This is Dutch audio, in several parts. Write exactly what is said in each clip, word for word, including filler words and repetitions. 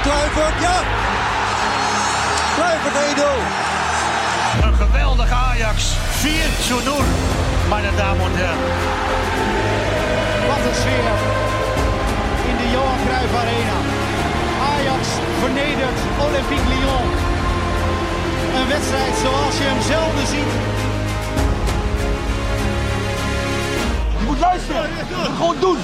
Kluivert, ja! Kluivert één nul. Een geweldig Ajax. vier nul, meine Damen und Herren. Wat een sfeer in de Johan Cruijff Arena. Ajax vernedert Olympique Lyon. Een wedstrijd zoals je hem zelden ziet. Je moet luisteren. Gewoon doen.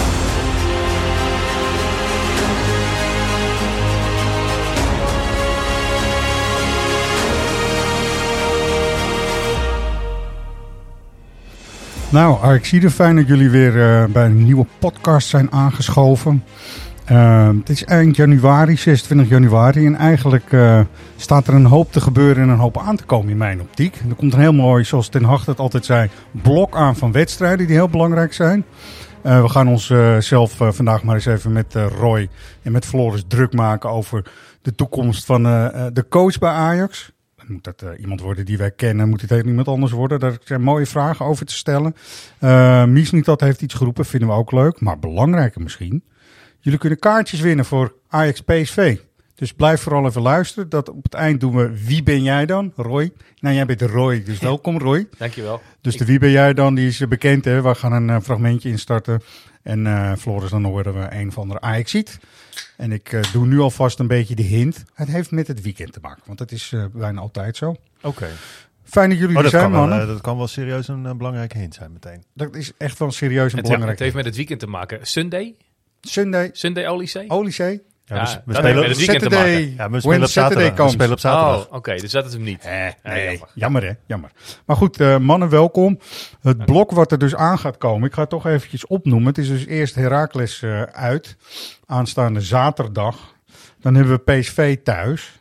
Nou, Ajaxiden, fijn dat jullie weer uh, bij een nieuwe podcast zijn aangeschoven. Uh, het is eind januari, zesentwintig januari. En eigenlijk uh, staat er een hoop te gebeuren en een hoop aan te komen in mijn optiek. Er komt een heel mooi, zoals Ten Hag het altijd zei, blok aan van wedstrijden die heel belangrijk zijn. Uh, we gaan ons uh, zelf uh, vandaag maar eens even met uh, Roy en met Floris druk maken over de toekomst van uh, uh, de coach bij Ajax. Moet dat uh, iemand worden die wij kennen? Moet het tegen iemand anders worden? Daar zijn mooie vragen over te stellen. Uh, Mislintat heeft iets geroepen, vinden we ook leuk. Maar belangrijker misschien. Jullie kunnen kaartjes winnen voor Ajax P S V. Dus blijf vooral even luisteren. Dat op het eind doen we Wie ben jij dan? Roy. Nou, jij bent de Roy, dus welkom Roy. Dankjewel. Dus Ik... de Wie ben jij dan, die is bekend. Hè? We gaan een uh, fragmentje instarten. En uh, Floris, dan horen we een of andere Ajaxiet. En ik uh, doe nu alvast een beetje de hint. Het heeft met het weekend te maken, want dat is uh, bijna altijd zo. Oké. Okay. Fijn dat jullie oh, er zijn, mannen. Wel, uh, dat kan wel serieus een uh, belangrijke hint zijn meteen. Dat is echt wel serieus een het, belangrijke Het heeft met het weekend te maken. Sunday? Sunday. Sunday Olyssee? Olyssee. Ja, ja, we, we dat spelen heeft met het weekend Saturday, te maken. Ja, we spelen op zaterdag. We spelen op zaterdag. Oh, oké, okay, dus dat is hem niet. Eh, nee, ja, jammer. jammer hè, jammer. Maar goed, uh, mannen, welkom. Het blok wat er dus aan gaat komen, ik ga het toch eventjes opnoemen. Het is dus eerst Heracles uh, uit, aanstaande zaterdag. Dan hebben we P S V thuis.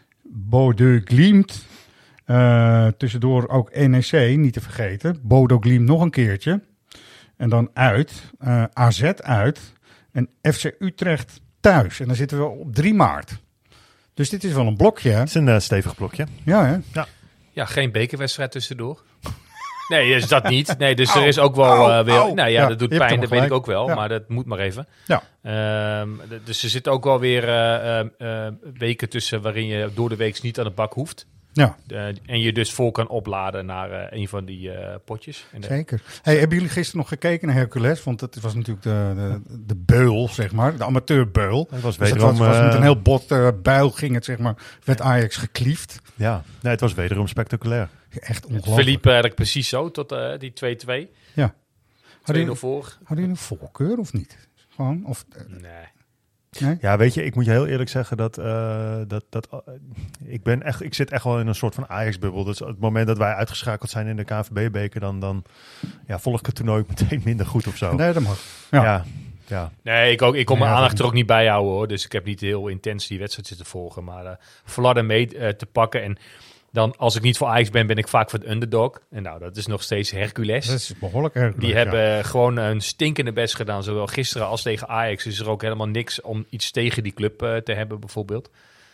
Bodø Glimt. Uh, tussendoor ook N E C, niet te vergeten. Bodø Glimt nog een keertje. En dan uit. Uh, A Z uit. En F C Utrecht thuis. En dan zitten we op drie maart. Dus dit is wel een blokje, hè? Het is een uh, stevig blokje. Ja, hè? Ja, ja, geen bekerwedstrijd tussendoor. Nee, is dat niet. Nee, dus au, er is ook wel uh, weer... Au, nou ja, ja, dat doet pijn, dat weet ik ook wel. Ja. Maar dat moet maar even. Ja. Um, d- dus er zitten ook wel weer uh, uh, weken tussen waarin je door de week niet aan de bak hoeft. Ja. Uh, en je dus vol kan opladen naar uh, een van die uh, potjes. En Zeker. Hey, hebben jullie gisteren nog gekeken naar Hercules? Want dat was natuurlijk de, de, de beul, zeg maar. De amateurbeul. Het was, dus wederom, het was, was met uh, een heel bot uh, buil ging het, zeg maar. Werd Ajax gekliefd. Ja, nee, het was wederom spectaculair. Ja, echt ongelooflijk. Het verliep eigenlijk precies zo tot uh, die twee twee. Ja. twee nul voor. Hadden jullie een voorkeur of niet? Gewoon? Of, uh, nee. Nee? Ja, weet je, ik moet je heel eerlijk zeggen dat, uh, dat, dat uh, ik, ben echt, ik zit echt wel in een soort van Ajax-bubbel. Dus op het moment dat wij uitgeschakeld zijn in de K N V B-beker, dan, dan ja, volg ik het toernooi meteen minder goed of zo. Nee, dat mag. Ja. ja. Ja. Nee, ik, ook, ik kon mijn ja, aandacht er ook niet bij houden hoor. Dus ik heb niet heel intens die wedstrijd zitten volgen. Maar uh, Vladden mee uh, te pakken. En dan, als ik niet voor Ajax ben, ben ik vaak voor de underdog. En nou, dat is nog steeds Hercules. Dat is behoorlijk Hercules. Die ja. hebben gewoon een stinkende best gedaan. Zowel gisteren als tegen Ajax is er ook helemaal niks om iets tegen die club uh, te hebben bijvoorbeeld.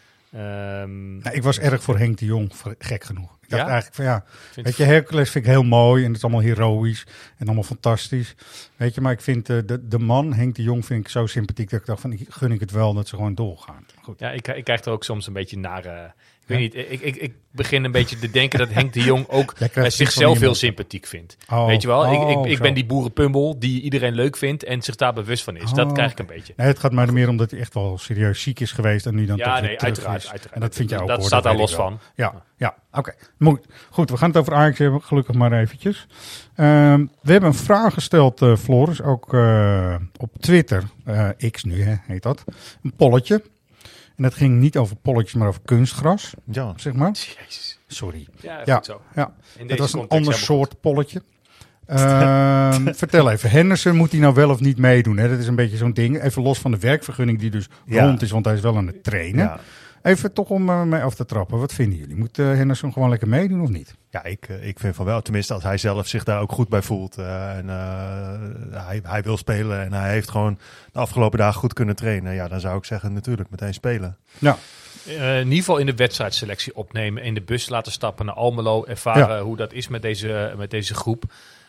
Um, nou, ik was erg voor Henk de Jong, gek genoeg. Ik dacht ja? eigenlijk van ja, vind weet je, Hercules vind ik heel mooi en het is allemaal heroïsch en allemaal fantastisch. Weet je, maar ik vind uh, de, de man, Henk de Jong, vind ik zo sympathiek dat ik dacht van, ik gun ik het wel dat ze gewoon doorgaan. Goed. Ja, ik, ik krijg er ook soms een beetje naar... Uh, Ik weet niet, ik, ik, ik begin een beetje te denken dat Henk de Jong ook bij zichzelf heel sympathiek vindt. Oh, weet je wel, oh, ik, ik, ik ben die boerenpummel die iedereen leuk vindt en zich daar bewust van is. Oh, dat krijg ik een beetje. Nee, het gaat mij er meer om dat hij echt wel serieus ziek is geweest en nu dan ja, toch nee, weer terug uiteraard, is. uiteraard. En dat vind jij ook, dat hoor, staat dat daar los wel. van. Ja, ja, oké. Okay. Goed, we gaan het over Ajax hebben, gelukkig maar eventjes. Um, we hebben een vraag gesteld, uh, Floris, ook uh, op Twitter. Uh, X nu, hè, heet dat. Een polletje. En dat ging niet over polletjes, maar over kunstgras, ja. zeg maar. Jezus. Sorry. Ja, ja, zo. ja. Het was een ander soort goed. polletje. Uh, vertel even, Henderson, moet hij nou wel of niet meedoen? Hè? Dat is een beetje zo'n ding. Even los van de werkvergunning die dus ja. rond is, want hij is wel aan het trainen. Ja. Even toch om uh, mee af te trappen. Wat vinden jullie? Moet uh, Henderson gewoon lekker meedoen of niet? Ja, ik, uh, ik vind van wel. Tenminste, als hij zelf zich daar ook goed bij voelt. Uh, en uh, hij, hij wil spelen en hij heeft gewoon de afgelopen dagen goed kunnen trainen. Ja, dan zou ik zeggen natuurlijk meteen spelen. Ja. Uh, in ieder geval in de wedstrijdselectie opnemen. In de bus laten stappen naar Almelo. Ervaren ja. hoe dat is met deze, met deze groep.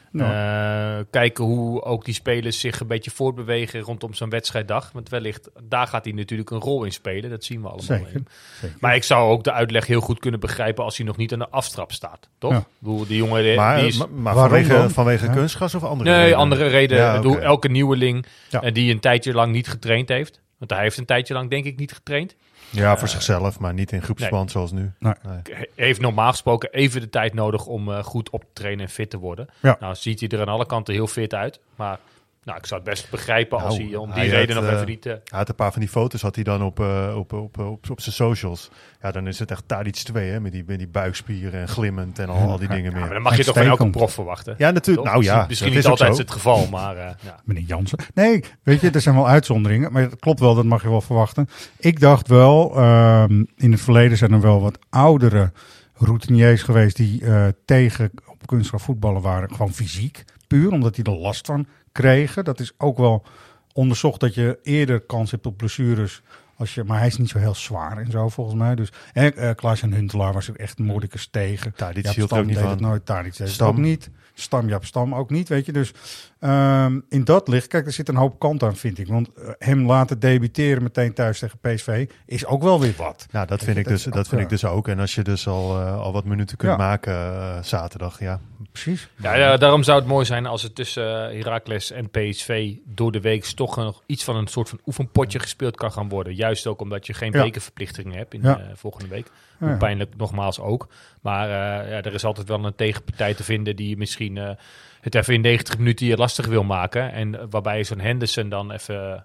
Ja. Uh, kijken hoe ook die spelers zich een beetje voortbewegen rondom zo'n wedstrijddag. Want wellicht, daar gaat hij natuurlijk een rol in spelen. Dat zien we allemaal. Zeker, zeker. Maar ik zou ook de uitleg heel goed kunnen begrijpen als hij nog niet aan de aftrap staat. Toch? Ja. Ik bedoel, die jongen die, maar, die is... Maar, maar vanwege, vanwege ja. kunstgras of andere nee, reden? Nee, andere reden. Ja, okay. Elke nieuweling ja. die een tijdje lang niet getraind heeft. Want hij heeft een tijdje lang denk ik niet getraind. Ja, voor uh, zichzelf, maar niet in groepsverband nee. zoals nu. Nee. Nee. Heeft normaal gesproken even de tijd nodig om uh, goed op te trainen en fit te worden. Ja. Nou ziet hij er aan alle kanten heel fit uit. Maar nou, ik zou het best begrijpen als nou, hij om die hij reden had, nog uh, even niet... Uh... Hij had een paar van die foto's had hij dan op, uh, op, op, op, op, op zijn socials. Ja, dan is het echt Tadic twee, hè, met die, met die buikspieren en glimmend en al, ja, al die dingen ja, meer. Maar dan mag je toch van elke prof verwachten? Ja, natuurlijk. Nou ja, misschien niet altijd het geval, maar... Uh, ja. Meneer Jansen. Nee, weet je, er zijn wel uitzonderingen, maar het klopt wel, dat mag je wel verwachten. Ik dacht wel, um, in het verleden zijn er wel wat oudere routiniers geweest die uh, tegen op kunstgras voetballen waren, gewoon fysiek, puur omdat die er last van kregen. Dat is ook wel onderzocht dat je eerder kans hebt op blessures. Als je, maar hij is niet zo heel zwaar en zo volgens mij. Dus en, uh, Klaas-Jan Huntelaar was er echt moordicus tegen. Tadic hield er ook niet van. Het nooit. Tadic deed het ook niet. Stam, Jaap Stam ook niet, weet je. Dus um, in dat licht, kijk, er zit een hoop kant aan, vind ik. Want uh, hem laten debuteren meteen thuis tegen P S V is ook wel weer wat. Nou, dat vind, ik, dus, dat vind ik dus ook. En als je dus al, uh, al wat minuten kunt ja. maken uh, zaterdag, ja. Precies. Ja, ja, daarom zou het mooi zijn als het tussen uh, Heracles en P S V door de week toch nog iets van een soort van oefenpotje gespeeld kan gaan worden. Juist ook omdat je geen ja. bekerverplichtingen hebt in ja. uh, volgende week. Hoe ja. pijnlijk nogmaals ook. Maar uh, ja, er is altijd wel een tegenpartij te vinden die misschien uh, het even in negentig minuten je lastig wil maken. En uh, waarbij je zo'n Henderson dan even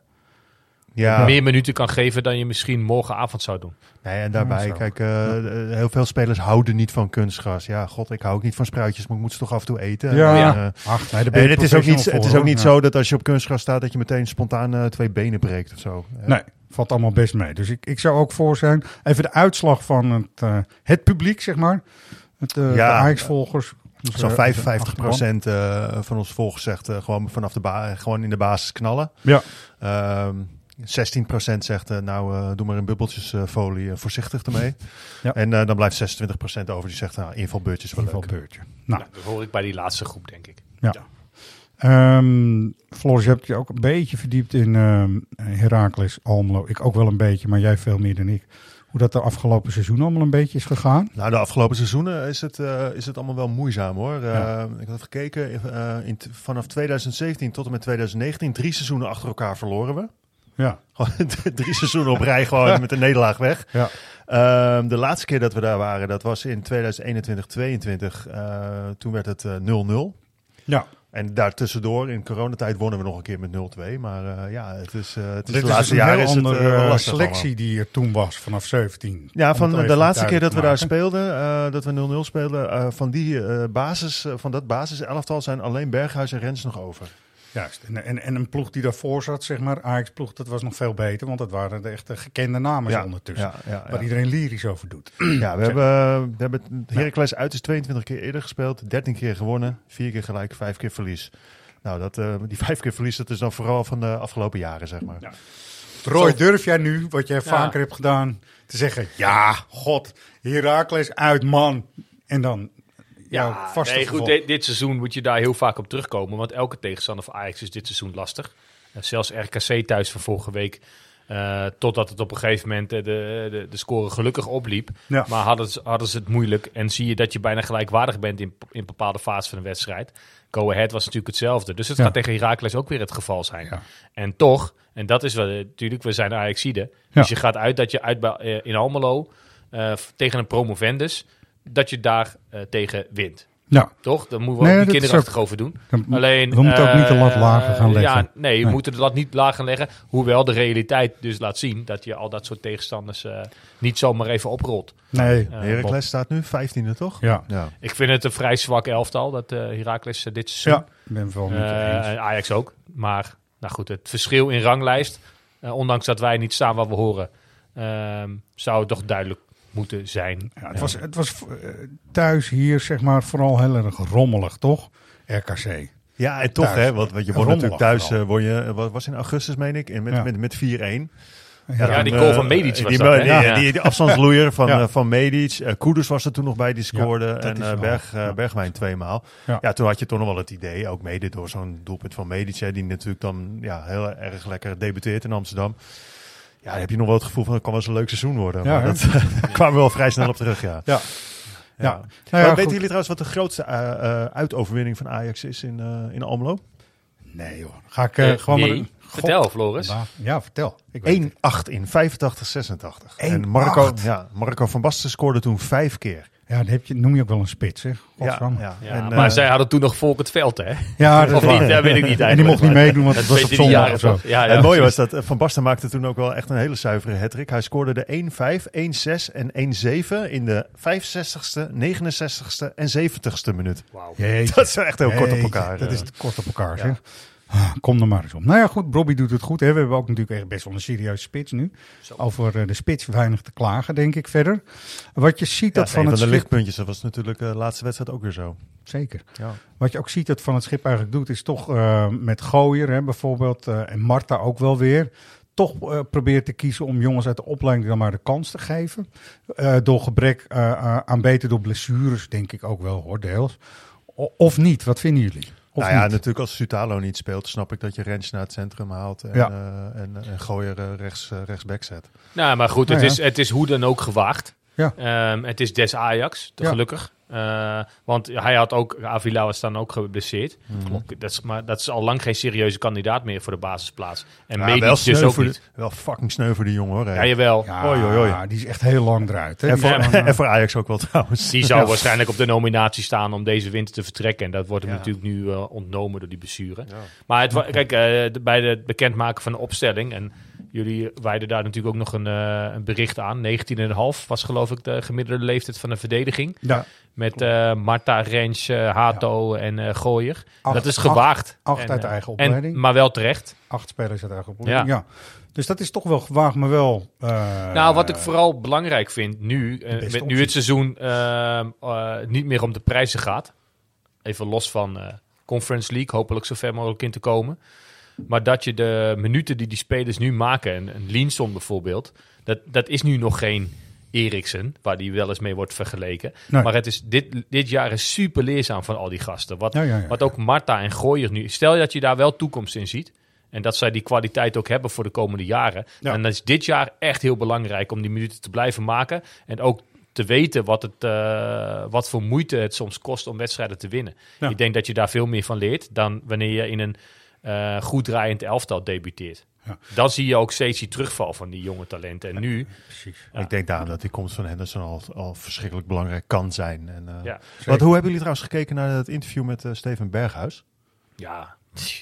ja. meer minuten kan geven dan je misschien morgenavond zou doen. Nee, en daarbij, ja, kijk, uh, ja. heel veel spelers houden niet van kunstgras. Ja, god, ik hou ook niet van spruitjes, maar ik moet ze toch af en toe eten. Ja, en, uh, Ach, nee, en het is ook niet, voor, het is ook niet ja. zo dat als je op kunstgras staat dat je meteen spontaan uh, twee benen breekt of zo. Nee. Valt allemaal best mee. Dus ik, ik zou ook voor zijn. Even de uitslag van het, uh, het publiek, zeg maar. Het, uh, ja, de Ajax-volgers. Dus, Zo'n uh, vijfenvijftig procent uh, van ons volgers zegt uh, gewoon vanaf de ba- gewoon in de basis knallen. Ja. Um, zestien procent zegt uh, nou uh, doe maar in bubbeltjesfolie uh, voorzichtig ermee. Ja. En uh, dan blijft zesentwintig procent over die zegt nou invalbeurtje is wel invalbeurtje. leuk. Nou, ja, dat hoor ik bij die laatste groep denk ik. Ja. ja. Um, Floris, je hebt je ook een beetje verdiept in um, Heracles, Almelo. Ik ook wel een beetje, maar jij veel meer dan ik. Hoe dat de afgelopen seizoen allemaal een beetje is gegaan? Nou, de afgelopen seizoenen is het, uh, is het allemaal wel moeizaam hoor. Ja. Uh, ik had gekeken, uh, in t- vanaf twintig zeventien tot en met twintig negentien, drie seizoenen achter elkaar verloren we. Ja. Drie seizoenen op rij gewoon met een nederlaag weg. Ja. Uh, de laatste keer dat we daar waren, dat was in twintig eenentwintig tweeëntwintig. Uh, toen werd het uh, nul nul. Ja. En daartussendoor, in coronatijd, wonnen we nog een keer met nul twee. Maar uh, ja, het is, uh, het is Dit de laatste jaren is het uh, lastig selectie allemaal. Die er toen was, vanaf zeventien. Ja, van de laatste keer dat we daar speelden, uh, dat we nul nul speelden, uh, van die uh, basis, uh, van dat basis-elftal zijn alleen Berghuis en Rens nog over. Juist, en, en, en een ploeg die daarvoor zat, zeg maar, Ajax-ploeg, dat was nog veel beter, want dat waren de echte gekende namen ja, ondertussen, ja, ja, waar ja. iedereen lyrisch over doet. Ja, we hebben, we hebben Heracles uit is tweeëntwintig keer eerder gespeeld, dertien keer gewonnen, vier keer gelijk, vijf keer verlies. Nou, dat, uh, die vijf keer verlies, dat is dan vooral van de afgelopen jaren, zeg maar. Ja. Roy, Zo. durf jij nu, wat jij ja. vaker hebt gedaan, te zeggen, ja, god, Heracles uit, man, en dan... Ja, vaste nee, goed, dit, dit seizoen moet je daar heel vaak op terugkomen. Want elke tegenstander van Ajax is dit seizoen lastig. Uh, zelfs R K C thuis van vorige week. Uh, totdat het op een gegeven moment uh, de, de, de score gelukkig opliep. Ja. Maar hadden ze, hadden ze het moeilijk. En zie je dat je bijna gelijkwaardig bent in, in bepaalde fases van de wedstrijd. Go Ahead was natuurlijk hetzelfde. Dus het ja. gaat tegen Heracles ook weer het geval zijn. Ja. En toch, en dat is wel natuurlijk, we zijn Ajaxiden. Ja. Dus je gaat uit dat je uit bij, uh, in Almelo uh, tegen een promovendus... dat je daar uh, tegen wint. Ja. Toch? Dan moeten we nee, ook niet kinderachtig ook, over doen. Dan, Alleen, we moeten uh, ook niet de lat lager gaan leggen. Ja, nee, we nee. moeten de lat niet lager gaan leggen. Hoewel de realiteit dus laat zien dat je al dat soort tegenstanders uh, niet zomaar even oprolt. Nee, uh, Heracles staat nu vijftiende, toch? Ja. ja. Ik vind het een vrij zwak elftal, dat uh, Heracles uh, dit seizoen. Ja, ik ben het wel met je eens. Uh, Ajax ook. Maar nou goed, het verschil in ranglijst, uh, ondanks dat wij niet staan waar we horen, uh, zou het toch duidelijk moeten zijn. Ja, het, was, het was uh, thuis hier zeg maar vooral heel erg rommelig, toch? R K C. Ja, en toch thuis, hè, want, want je wordt natuurlijk thuis, uh, word je, was in augustus meen ik, en met, ja. met, met vier een. Ja, ja die goal uh, van Medic was die, dat, die, ja. die, die, die afstandsloeier van, ja. uh, van Medic. Uh, Kudus was er toen nog bij, die scoorde. Ja, en uh, Berg, uh, Bergwijn tweemaal. Ja. ja, toen had je toch nog wel het idee, ook mede door zo'n doelpunt van Medic, hè, die natuurlijk dan ja, heel erg lekker debuteert in Amsterdam. Ja, dan heb je nog wel het gevoel van, het kan wel eens een leuk seizoen worden. Ja, maar dat kwamen we wel vrij snel op terug, ja. ja. Ja. Ja. Nou ja, weten jullie trouwens wat de grootste uh, uh, uitoverwinning van Ajax is in, uh, in Almelo? Nee joh. Ga ik uh, uh, gewoon nee. maar... Vertel, Floris. Ja, vertel. één acht in vijfentachtig zesentachtig. En Marco, ja, Marco van Basten scoorde toen vijf keer. Ja, dat heb je, noem je ook wel een spits, hè? Ja, ja. ja, en, maar uh, zij hadden toen nog Volk het veld, hè? Ja, dat, of niet, dat weet ik niet. En die mocht niet meedoen, want het was op zondag of zo. Ja, ja, het mooie was dat Van Basten maakte toen ook wel echt een hele zuivere hattrick. Hij scoorde de één vijf, één zes en één zeven in de vijfenzestigste, negenenzestigste en zeventigste minuut. Wauw. Dat is echt heel Jeetje. kort op elkaar. Dat is kort op elkaar, ja. zeg. Kom er maar eens op. Nou ja, goed, Bobby doet het goed. Hè. We hebben ook natuurlijk echt best wel een serieuze spits nu. Zo. Over uh, de spits weinig te klagen, denk ik verder. Wat je ziet ja, dat van het het van de schip... lichtpuntjes, dat was natuurlijk de uh, laatste wedstrijd ook weer zo. Zeker. Ja. Wat je ook ziet dat van het schip eigenlijk doet, is toch uh, met Gooier hè, bijvoorbeeld, uh, en Marta ook wel weer, toch uh, probeert te kiezen om jongens uit de opleiding dan maar de kans te geven. Uh, door gebrek uh, uh, aan beter door blessures, denk ik ook wel hoor, deels. O- of niet, wat vinden jullie? Of nou ja, niet? natuurlijk als Sutalo niet speelt, snap ik dat je Rens naar het centrum haalt en, ja. uh, en, en Gooier uh, rechts, uh, rechtsback zet. Nou, maar goed, het, nou ja. is, het is hoe dan ook gewaagd. Ja. Um, het is des Ajax, te ja. gelukkig. Uh, want hij had ook, Avila was dan ook geblesseerd. Mm-hmm. Dat is, maar dat is al lang geen serieuze kandidaat meer voor de basisplaats. En ja, Medic wel dus ook de, niet. Wel fucking sneu voor die jongen hoor. Hè. Ja, jawel. Ja, oei, oei, oei. die is echt heel lang eruit. Hè? En, voor, ja, en voor Ajax ook wel trouwens. Die zou ja. waarschijnlijk op de nominatie staan om deze winter te vertrekken. En dat wordt hem ja. natuurlijk nu uh, ontnomen door die blessure. Ja. Maar het, kijk, uh, de, bij het bekendmaken van de opstelling... en jullie wijden daar natuurlijk ook nog een, uh, een bericht aan. negentien komma vijf was geloof ik de gemiddelde leeftijd van de verdediging. Ja. Met uh, Marta, Rens, uh, Hato ja. en uh, Gooier. Acht, dat is gewaagd. Acht, acht en, uit uh, eigen opleiding. En, maar wel terecht. Acht spelers uit eigen opleiding, ja. ja. Dus dat is toch wel gewaagd, maar wel... Uh, nou, wat ik vooral belangrijk vind nu... Uh, met nu het seizoen uh, uh, niet meer om de prijzen gaat. Even los van uh, Conference League. Hopelijk zo ver mogelijk in te komen. Maar dat je de minuten die die spelers nu maken... en een Linsson bijvoorbeeld... Dat, dat is nu nog geen Eriksen... waar die wel eens mee wordt vergeleken. Nee. Maar het is dit, dit jaar is super leerzaam van al die gasten. Wat, ja, ja, ja. wat ook Marta en Gooier nu... Stel dat je daar wel toekomst in ziet... en dat zij die kwaliteit ook hebben voor de komende jaren... Ja. en dan is dit jaar echt heel belangrijk... om die minuten te blijven maken... en ook te weten wat, het, uh, wat voor moeite het soms kost... om wedstrijden te winnen. Ja. Ik denk dat je daar veel meer van leert... dan wanneer je in een uh, goed draaiend elftal debuteert. Ja. Dan zie je ook steeds die terugval van die jonge talenten. En nu... Precies. Ja. Ik denk daarom dat die komst van Henderson al, al verschrikkelijk belangrijk kan zijn. En, uh, ja. wat, hoe hebben jullie trouwens gekeken naar het interview met uh, Steven Berghuis? Ja...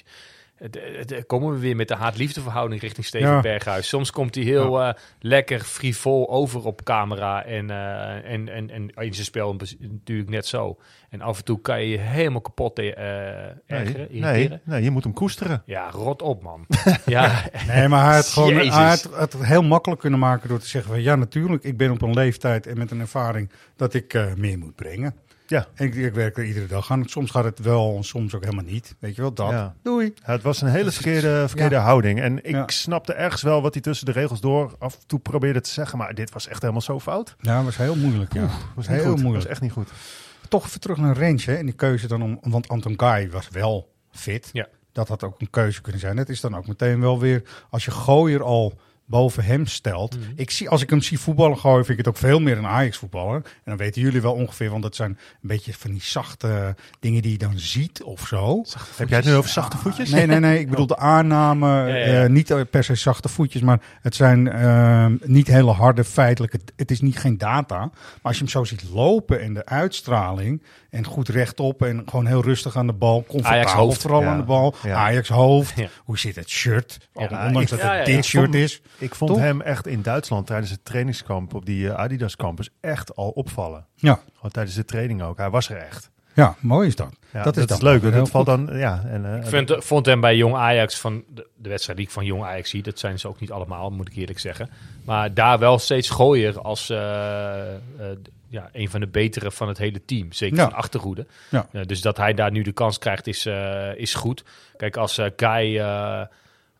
De, de, komen we weer met de haat-liefde verhouding richting Steven ja. Berghuis. Soms komt hij heel ja. uh, lekker frivol over op camera. En, uh, en, en, en in zijn spel natuurlijk net zo. En af en toe kan je je helemaal kapot uh, ergeren. Nee, nee, nee, je moet hem koesteren. Ja, rot op man. ja. Nee, maar hij had, gewoon, hij had het heel makkelijk kunnen maken door te zeggen van... ja, natuurlijk, ik ben op een leeftijd en met een ervaring dat ik uh, meer moet brengen. Ja. En ik, ik werk er iedere dag aan. Soms gaat het wel, soms ook helemaal niet. Weet je wel, dat. Ja. Doei. Ja, het was een hele verkeerde, verkeerde ja. houding. En ik ja. snapte ergens wel wat hij tussen de regels door af en toe probeerde te zeggen. Maar dit was echt helemaal zo fout. Ja, dat was heel moeilijk. Ja. Oeh, was heel goed. moeilijk. was echt niet goed. Toch even terug naar Rens. Hè. En die keuze dan om... Want Anton Guy was wel fit. Ja. Dat had ook een keuze kunnen zijn. Het is dan ook meteen wel weer... Als je Gooier al... boven hem stelt. Mm-hmm. Ik zie, als ik hem zie voetballen gooien, vind ik het ook veel meer een Ajax-voetballer. En dan weten jullie wel ongeveer, want dat zijn een beetje van die zachte dingen die je dan ziet of zo. Heb jij het nu over zachte voetjes? Nee, nee, nee. Ik bedoel de aanname, ja, ja, ja. Uh, niet per se zachte voetjes, maar het zijn uh, niet hele harde feitelijke... Het is niet geen data. Maar als je hem zo ziet lopen en de uitstraling en goed rechtop en gewoon heel rustig aan de bal, comfortabel vooral ja. aan de bal, ja. Ajax hoofd. Ja. Hoe zit het shirt? Ja, ondanks ik, dat het ja, ja, dit ja. shirt is. Ik vond Toch? hem echt in Duitsland tijdens het trainingskamp op die uh, Adidas campus echt al opvallen. Ja. Gewoon tijdens de training ook. Hij was er echt. Ja, mooi is dat. Ja, dat is, dat is leuk. Dat, dat valt dan, ja. En, uh, ik vind, vond hem bij Jong Ajax van de, de wedstrijd die ik van Jong Ajax zie, dat zijn ze ook niet allemaal, moet ik eerlijk zeggen. Maar daar wel steeds Gooier als uh, uh, ja, een van de betere van het hele team. Zeker ja. van achterhoede. Ja. Uh, dus dat hij daar nu de kans krijgt is, uh, is goed. Kijk, als uh, Guy... Uh,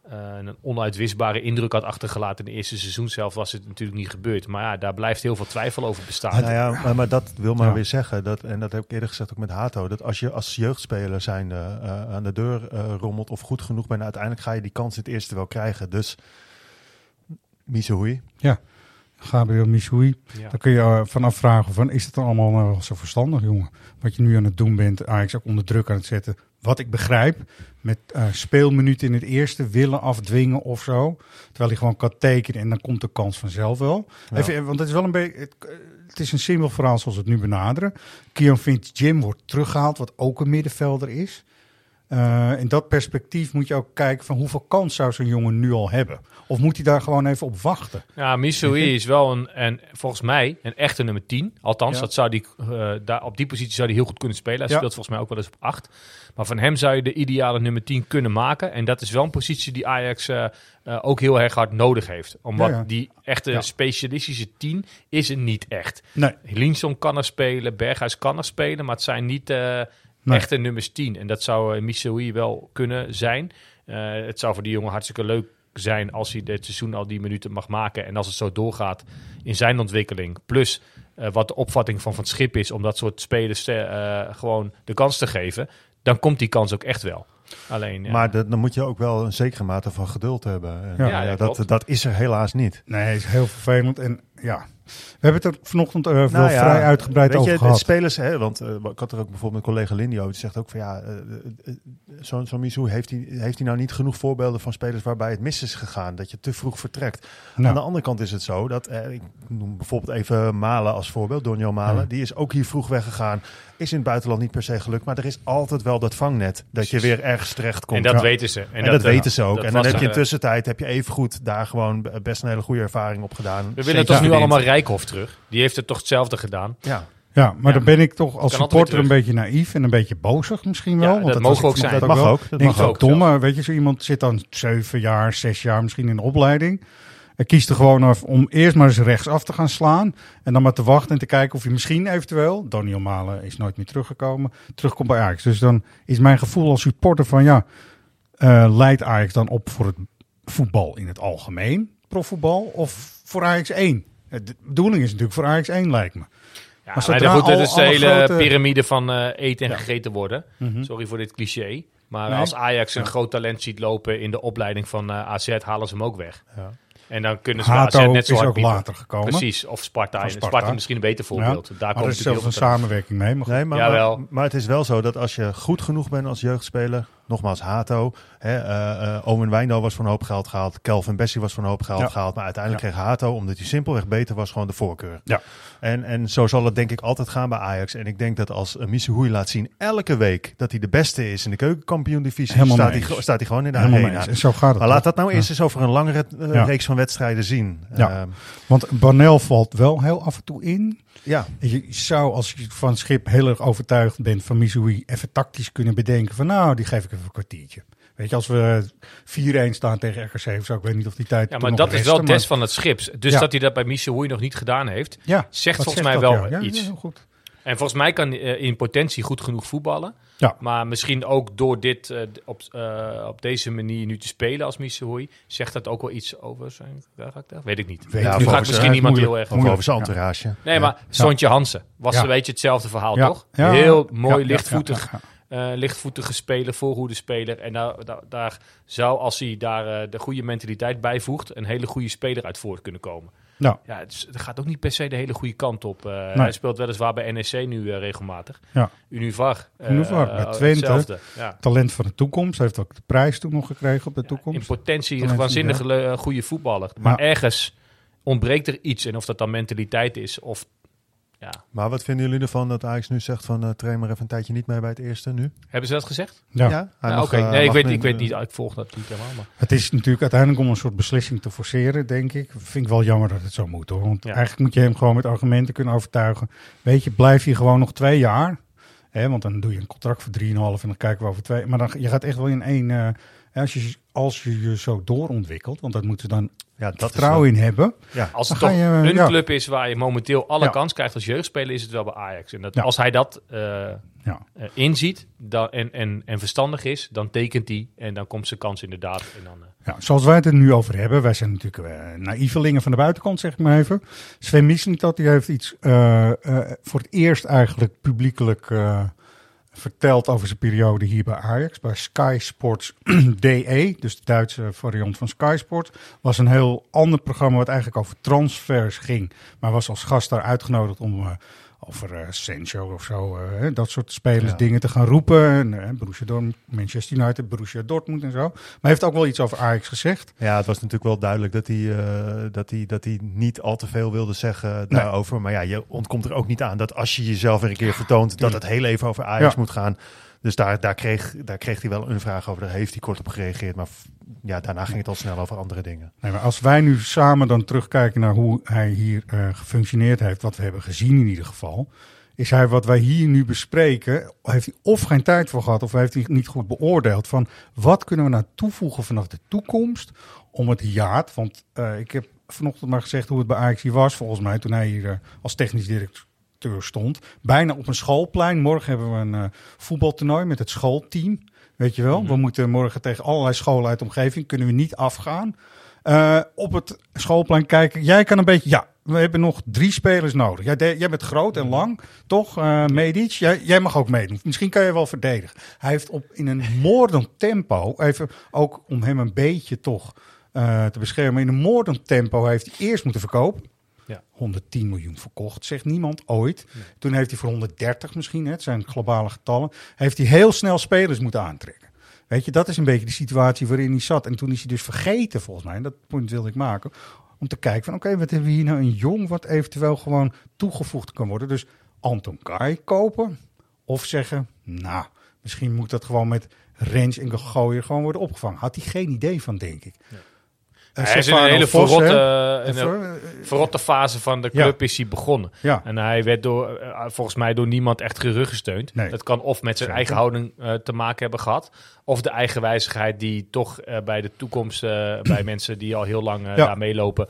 een onuitwisbare indruk had achtergelaten in het eerste seizoen zelf, was het natuurlijk niet gebeurd. Maar ja, daar blijft heel veel twijfel over bestaan. Nou ja, maar, maar dat wil maar ja. weer zeggen, dat, en dat heb ik eerder gezegd ook met Hato, dat als je als jeugdspeler zijn uh, aan de deur uh, rommelt of goed genoeg bent, uiteindelijk ga je die kans in het eerste wel krijgen. Dus Missouri. Ja, Gabriel Missouri. Ja. Dan kun je uh, van afvragen van, is het dan allemaal nou wel zo verstandig, jongen? Wat je nu aan het doen bent, Ajax ook onder druk aan het zetten. Wat ik begrijp, met uh, speelminuten in het eerste willen afdwingen of zo. Terwijl hij gewoon kan tekenen en dan komt de kans vanzelf wel. Ja. Even, want het is wel een beetje, het, het is een simpel verhaal zoals we het nu benaderen. Kian Vink-Jim wordt teruggehaald, wat ook een middenvelder is. Uh, in dat perspectief moet je ook kijken van hoeveel kans zou zo'n jongen nu al hebben. Of moet hij daar gewoon even op wachten? Ja, Missouri is wel een, en volgens mij een echte nummer tien. Althans, ja. dat zou die, uh, daar, op die positie zou hij heel goed kunnen spelen. Hij ja. speelt volgens mij ook wel eens op acht. Maar van hem zou je de ideale nummer tien kunnen maken. En dat is wel een positie die Ajax uh, uh, ook heel erg hard nodig heeft. Omdat ja, ja. die echte ja. specialistische tien is er niet echt. Nee. Linson kan er spelen, Berghuis kan er spelen, maar het zijn niet... Uh, Nee. Echte nummers tien. En dat zou uh, Missouri wel kunnen zijn. Uh, het zou voor die jongen hartstikke leuk zijn als hij dit seizoen al die minuten mag maken. En als het zo doorgaat in zijn ontwikkeling. Plus uh, wat de opvatting van Van het Schip is om dat soort spelers uh, gewoon de kans te geven. Dan komt die kans ook echt wel. Alleen, ja. Maar de, dan moet je ook wel een zekere mate van geduld hebben. En, ja, ja, ja, dat, dat is er helaas niet. Nee, het is heel vervelend. En ja, we hebben het er vanochtend uh, wel nou ja, vrij uitgebreid over je, gehad. Spelers, hè, want uh, ik had er ook bijvoorbeeld mijn collega Lindy over. Die zegt ook van ja, uh, uh, zo'n zo Missouri heeft hij heeft hij nou niet genoeg voorbeelden van spelers waarbij het mis is gegaan. Dat je te vroeg vertrekt. Nou. Aan de andere kant is het zo dat, uh, ik noem bijvoorbeeld even Malen als voorbeeld. Donjo Malen, ja. die is ook hier vroeg weggegaan. Is in het buitenland niet per se gelukt. Maar er is altijd wel dat vangnet. Dat Precies. je weer ergens terecht komt. En dat ja. weten ze. En, en dat, dat weten ze ook. Dat en dan heb je in uh, tussentijd heb je evengoed daar gewoon best een hele goede ervaring op gedaan. We willen toch nu allemaal Rijkhoff terug. Die heeft het toch hetzelfde gedaan. Ja. Ja, maar ja. dan ben ik toch als supporter een beetje naïef en een beetje bozig misschien wel. Ja, want dat, dat mogen ook zijn. Dat mag wel. ook. Dat denk mag ook. Domme, weet je, zo iemand zit dan zeven jaar, zes jaar misschien in de opleiding. Hij kiest er gewoon af om eerst maar eens rechtsaf te gaan slaan. En dan maar te wachten en te kijken of hij misschien eventueel, Daniel Malen is nooit meer teruggekomen, terugkomt bij Ajax. Dus dan is mijn gevoel als supporter van ja, uh, leidt Ajax dan op voor het voetbal in het algemeen, profvoetbal, of voor Ajax één? De bedoeling is natuurlijk voor Ajax één, lijkt me. Ja, maar maar goed, dat is de hele grote... piramide van uh, eten en ja. gegeten worden. Mm-hmm. Sorry voor dit cliché. Maar nee. als Ajax een ja. groot talent ziet lopen in de opleiding van uh, A Z, halen ze hem ook weg. Ja. En dan kunnen ze Hato A Z net zo is hard ook piepen. later gekomen. Precies, of Sparta. Of Sparta. Sparta misschien een beter voorbeeld. Ja. Daar maar komt er is zelfs een samenwerking mee. Maar, nee, maar, maar, maar het is wel zo dat als je goed genoeg bent als jeugdspeler, nogmaals Hato, hè, uh, uh, Owen Wijndal was voor een hoop geld gehaald, Kelvin Bessie was voor een hoop geld ja. gehaald, maar uiteindelijk ja. kreeg Hato, omdat hij simpelweg beter was, gewoon de voorkeur. Ja. En, en zo zal het denk ik altijd gaan bij Ajax. En ik denk dat als uh, Missouri laat zien elke week dat hij de beste is in de keukenkampioen-divisie, staat hij, staat hij gewoon in de Helemaal arena. En zo gaat het maar toch? laat dat nou ja. eerst eens over een langere uh, ja. reeks van wedstrijden zien. Ja. Uh, Want Banel valt wel heel af en toe in. Ja. Je zou, als je van Schip heel erg overtuigd bent van Missouri, even tactisch kunnen bedenken van nou, die geef ik even een kwartiertje. Weet je, als we vier-een staan tegen R K C of zo, ik weet niet of die tijd. Ja, maar dat is wel des van het Schips. Dus ja. dat hij dat bij Missouri nog niet gedaan heeft, ja, zegt volgens zegt mij dat, wel ja. Ja, iets. ja, goed. En volgens mij kan hij uh, in potentie goed genoeg voetballen. Ja. Maar misschien ook door dit uh, op, uh, op deze manier nu te spelen als Missouri, zegt dat ook wel iets over zijn karakter? Weet ik niet. Weet ja, nu gaat misschien niemand heel erg over, over zijn entourage. Ja. Nee, maar Sontje Hansen was ja. een beetje hetzelfde verhaal, ja. toch? Ja. Heel mooi, ja, lichtvoetig. Ja, ja, ja. Uh, lichtvoetige speler, voorhoede speler. En daar, daar, daar zou, als hij daar uh, de goede mentaliteit bijvoegt, een hele goede speler uit voort kunnen komen. Nou. Ja, het, is, het gaat ook niet per se de hele goede kant op. Uh, nee. Hij speelt weliswaar bij N E C nu uh, regelmatig. Ja. Univar. Uh, Univar, bij Twente. Ja. Talent van de toekomst. Hij heeft ook de prijs toen nog gekregen op de ja, toekomst. In potentie een waanzinnig ja. goede voetballer. Maar ja. ergens ontbreekt er iets. En of dat dan mentaliteit is of... Ja. Maar wat vinden jullie ervan dat Ajax nu zegt van uh, train maar even een tijdje niet mee bij het eerste nu? Hebben ze dat gezegd? Ja. ja ja Oké, okay. uh, nee, ik weet, ik weet niet. Ik volg dat niet helemaal. Maar. Het is natuurlijk uiteindelijk om een soort beslissing te forceren, denk ik. Vind ik wel jammer dat het zo moet, hoor. Want ja. eigenlijk moet je hem gewoon met argumenten kunnen overtuigen. Weet je, blijf je gewoon nog twee jaar. Hè, want dan doe je een contract voor drieënhalf en dan kijken we over twee. Maar dan, je gaat echt wel in één... Uh, als, je, als je je zo doorontwikkelt, want dat moeten ze dan... Ja, dat vertrouwen in hebben. Ja. Als het toch je, een ja. club is waar je momenteel alle ja. kans krijgt als jeugdspeler, is het wel bij Ajax. En dat, ja. als hij dat uh, ja. uh, inziet dan, en, en, en verstandig is, dan tekent hij en dan komt zijn kans inderdaad. En dan, uh... ja, zoals wij het er nu over hebben, wij zijn natuurlijk uh, naïvelingen van de buitenkant, zeg ik maar even. Sven Mislintat, die heeft iets uh, uh, voor het eerst eigenlijk publiekelijk uh, verteld over zijn periode hier bij Ajax, bij Sky Sports D E, dus de Duitse variant van Sky Sports. Was een heel ander programma wat eigenlijk over transfers ging, maar was als gast daar uitgenodigd om uh, over uh, Sancho of zo, uh, dat soort spelers, ja. dingen te gaan roepen. En, uh, Borussia Dortmund, Manchester United, Borussia Dortmund en zo. Maar hij heeft ook wel iets over Ajax gezegd. Ja, het was natuurlijk wel duidelijk dat hij, uh, dat hij, dat hij niet al te veel wilde zeggen nee. daarover. Maar ja, je ontkomt er ook niet aan dat als je jezelf weer een keer vertoont, dat het heel even over Ajax ja. moet gaan. Dus daar, daar, kreeg, daar kreeg hij wel een vraag over. Daar heeft hij kort op gereageerd. Maar ja, daarna ging het al snel over andere dingen. Nee, maar als wij nu samen dan terugkijken naar hoe hij hier uh, gefunctioneerd heeft, wat we hebben gezien in ieder geval, is hij wat wij hier nu bespreken, heeft hij of geen tijd voor gehad, of heeft hij niet goed beoordeeld van wat kunnen we nou toevoegen vanaf de toekomst om het hiaat. Want uh, ik heb vanochtend maar gezegd hoe het bij Ajax hier was, volgens mij, toen hij hier uh, als technisch directeur stond. Bijna op een schoolplein. Morgen hebben we een uh, voetbaltoernooi met het schoolteam. Weet je wel, mm-hmm. we moeten morgen tegen allerlei scholen uit de omgeving. Kunnen we niet afgaan. Uh, op het schoolplein kijken. Jij kan een beetje... Ja, we hebben nog drie spelers nodig. Jij, de, jij bent groot en lang, toch? Uh, Medic, jij, jij mag ook meedoen. Misschien kan je wel verdedigen. Hij heeft op, in een moordend tempo, even ook om hem een beetje toch uh, te beschermen, in een moordend tempo heeft hij eerst moeten verkopen. Ja. honderdtien miljoen verkocht, zegt niemand ooit. Nee. Toen heeft hij voor honderddertig misschien, hè, het zijn globale getallen, heeft hij heel snel spelers moeten aantrekken. Weet je, dat is een beetje de situatie waarin hij zat. En toen is hij dus vergeten, volgens mij, en dat punt wilde ik maken, om te kijken van oké, okay, wat hebben we hier nou een jong wat eventueel gewoon toegevoegd kan worden. Dus Anton Kai kopen of zeggen, nou, misschien moet dat gewoon met Rens en Gooier gewoon worden opgevangen. Had hij geen idee van, denk ik. Ja. Uh, hij is in een hele verrotte, in een verrotte fase van de club ja. is hij begonnen. Ja. En hij werd door, uh, volgens mij door niemand echt geruggesteund. Nee. Dat kan of met zijn Zeker. eigen houding uh, te maken hebben gehad, of de eigenwijzigheid die toch uh, bij de toekomst uh, bij mensen die al heel lang uh, ja. daar meelopen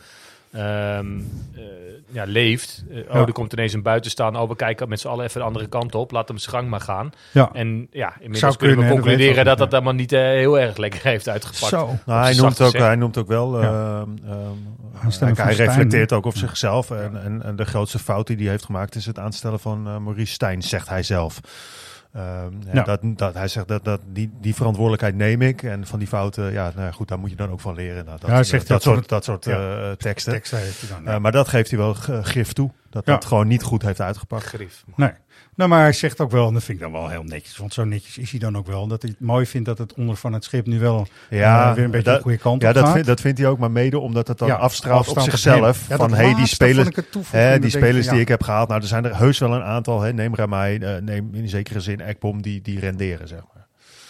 Um, uh, ja, leeft. Uh, ja. Oh, er komt ineens een buitenstaan. Oh, we kijken met z'n allen even de andere kant op. Laat hem zijn gang maar gaan. Ja. En ja, inmiddels kunnen we concluderen dat dat, dat allemaal niet uh, heel erg lekker heeft uitgepakt. Zo. Nou, hij, noemt ook, hij noemt ook wel... Ja. Uh, um, hij reflecteert ook op ja. zichzelf. En, ja. en, en de grootste fout die hij heeft gemaakt is het aanstellen van uh, Maurice Stijn, zegt hij zelf. Um, ja. dat, dat, hij zegt dat, dat die, die verantwoordelijkheid neem ik. En van die fouten, ja, nou goed, daar moet je dan ook van leren. Nou, dat, ja, hij zegt dat, dat, dat soort, dat soort ja. uh, teksten. teksten heeft hij dan, ja. uh, maar dat geeft hij wel g- gif toe. Dat ja. dat gewoon niet goed heeft uitgepakt. Grief. Nee. Nou, maar hij zegt ook wel, en dat vind ik dan wel heel netjes. Want zo netjes is hij dan ook wel. Dat hij het mooi vindt dat het onder van het schip nu wel ja, uh, weer een beetje dat, de goede kant ja, op dat gaat. Vind, dat vindt hij ook, maar mede omdat het dan ja, afstraalt op zichzelf. Ja, van, hey, die spelers, hè, die spelers ja. die ik heb gehaald. Nou, er zijn er heus wel een aantal. Hè, neem Ramai, uh, neem in zekere zin Ekbom, die, die renderen, zeg maar.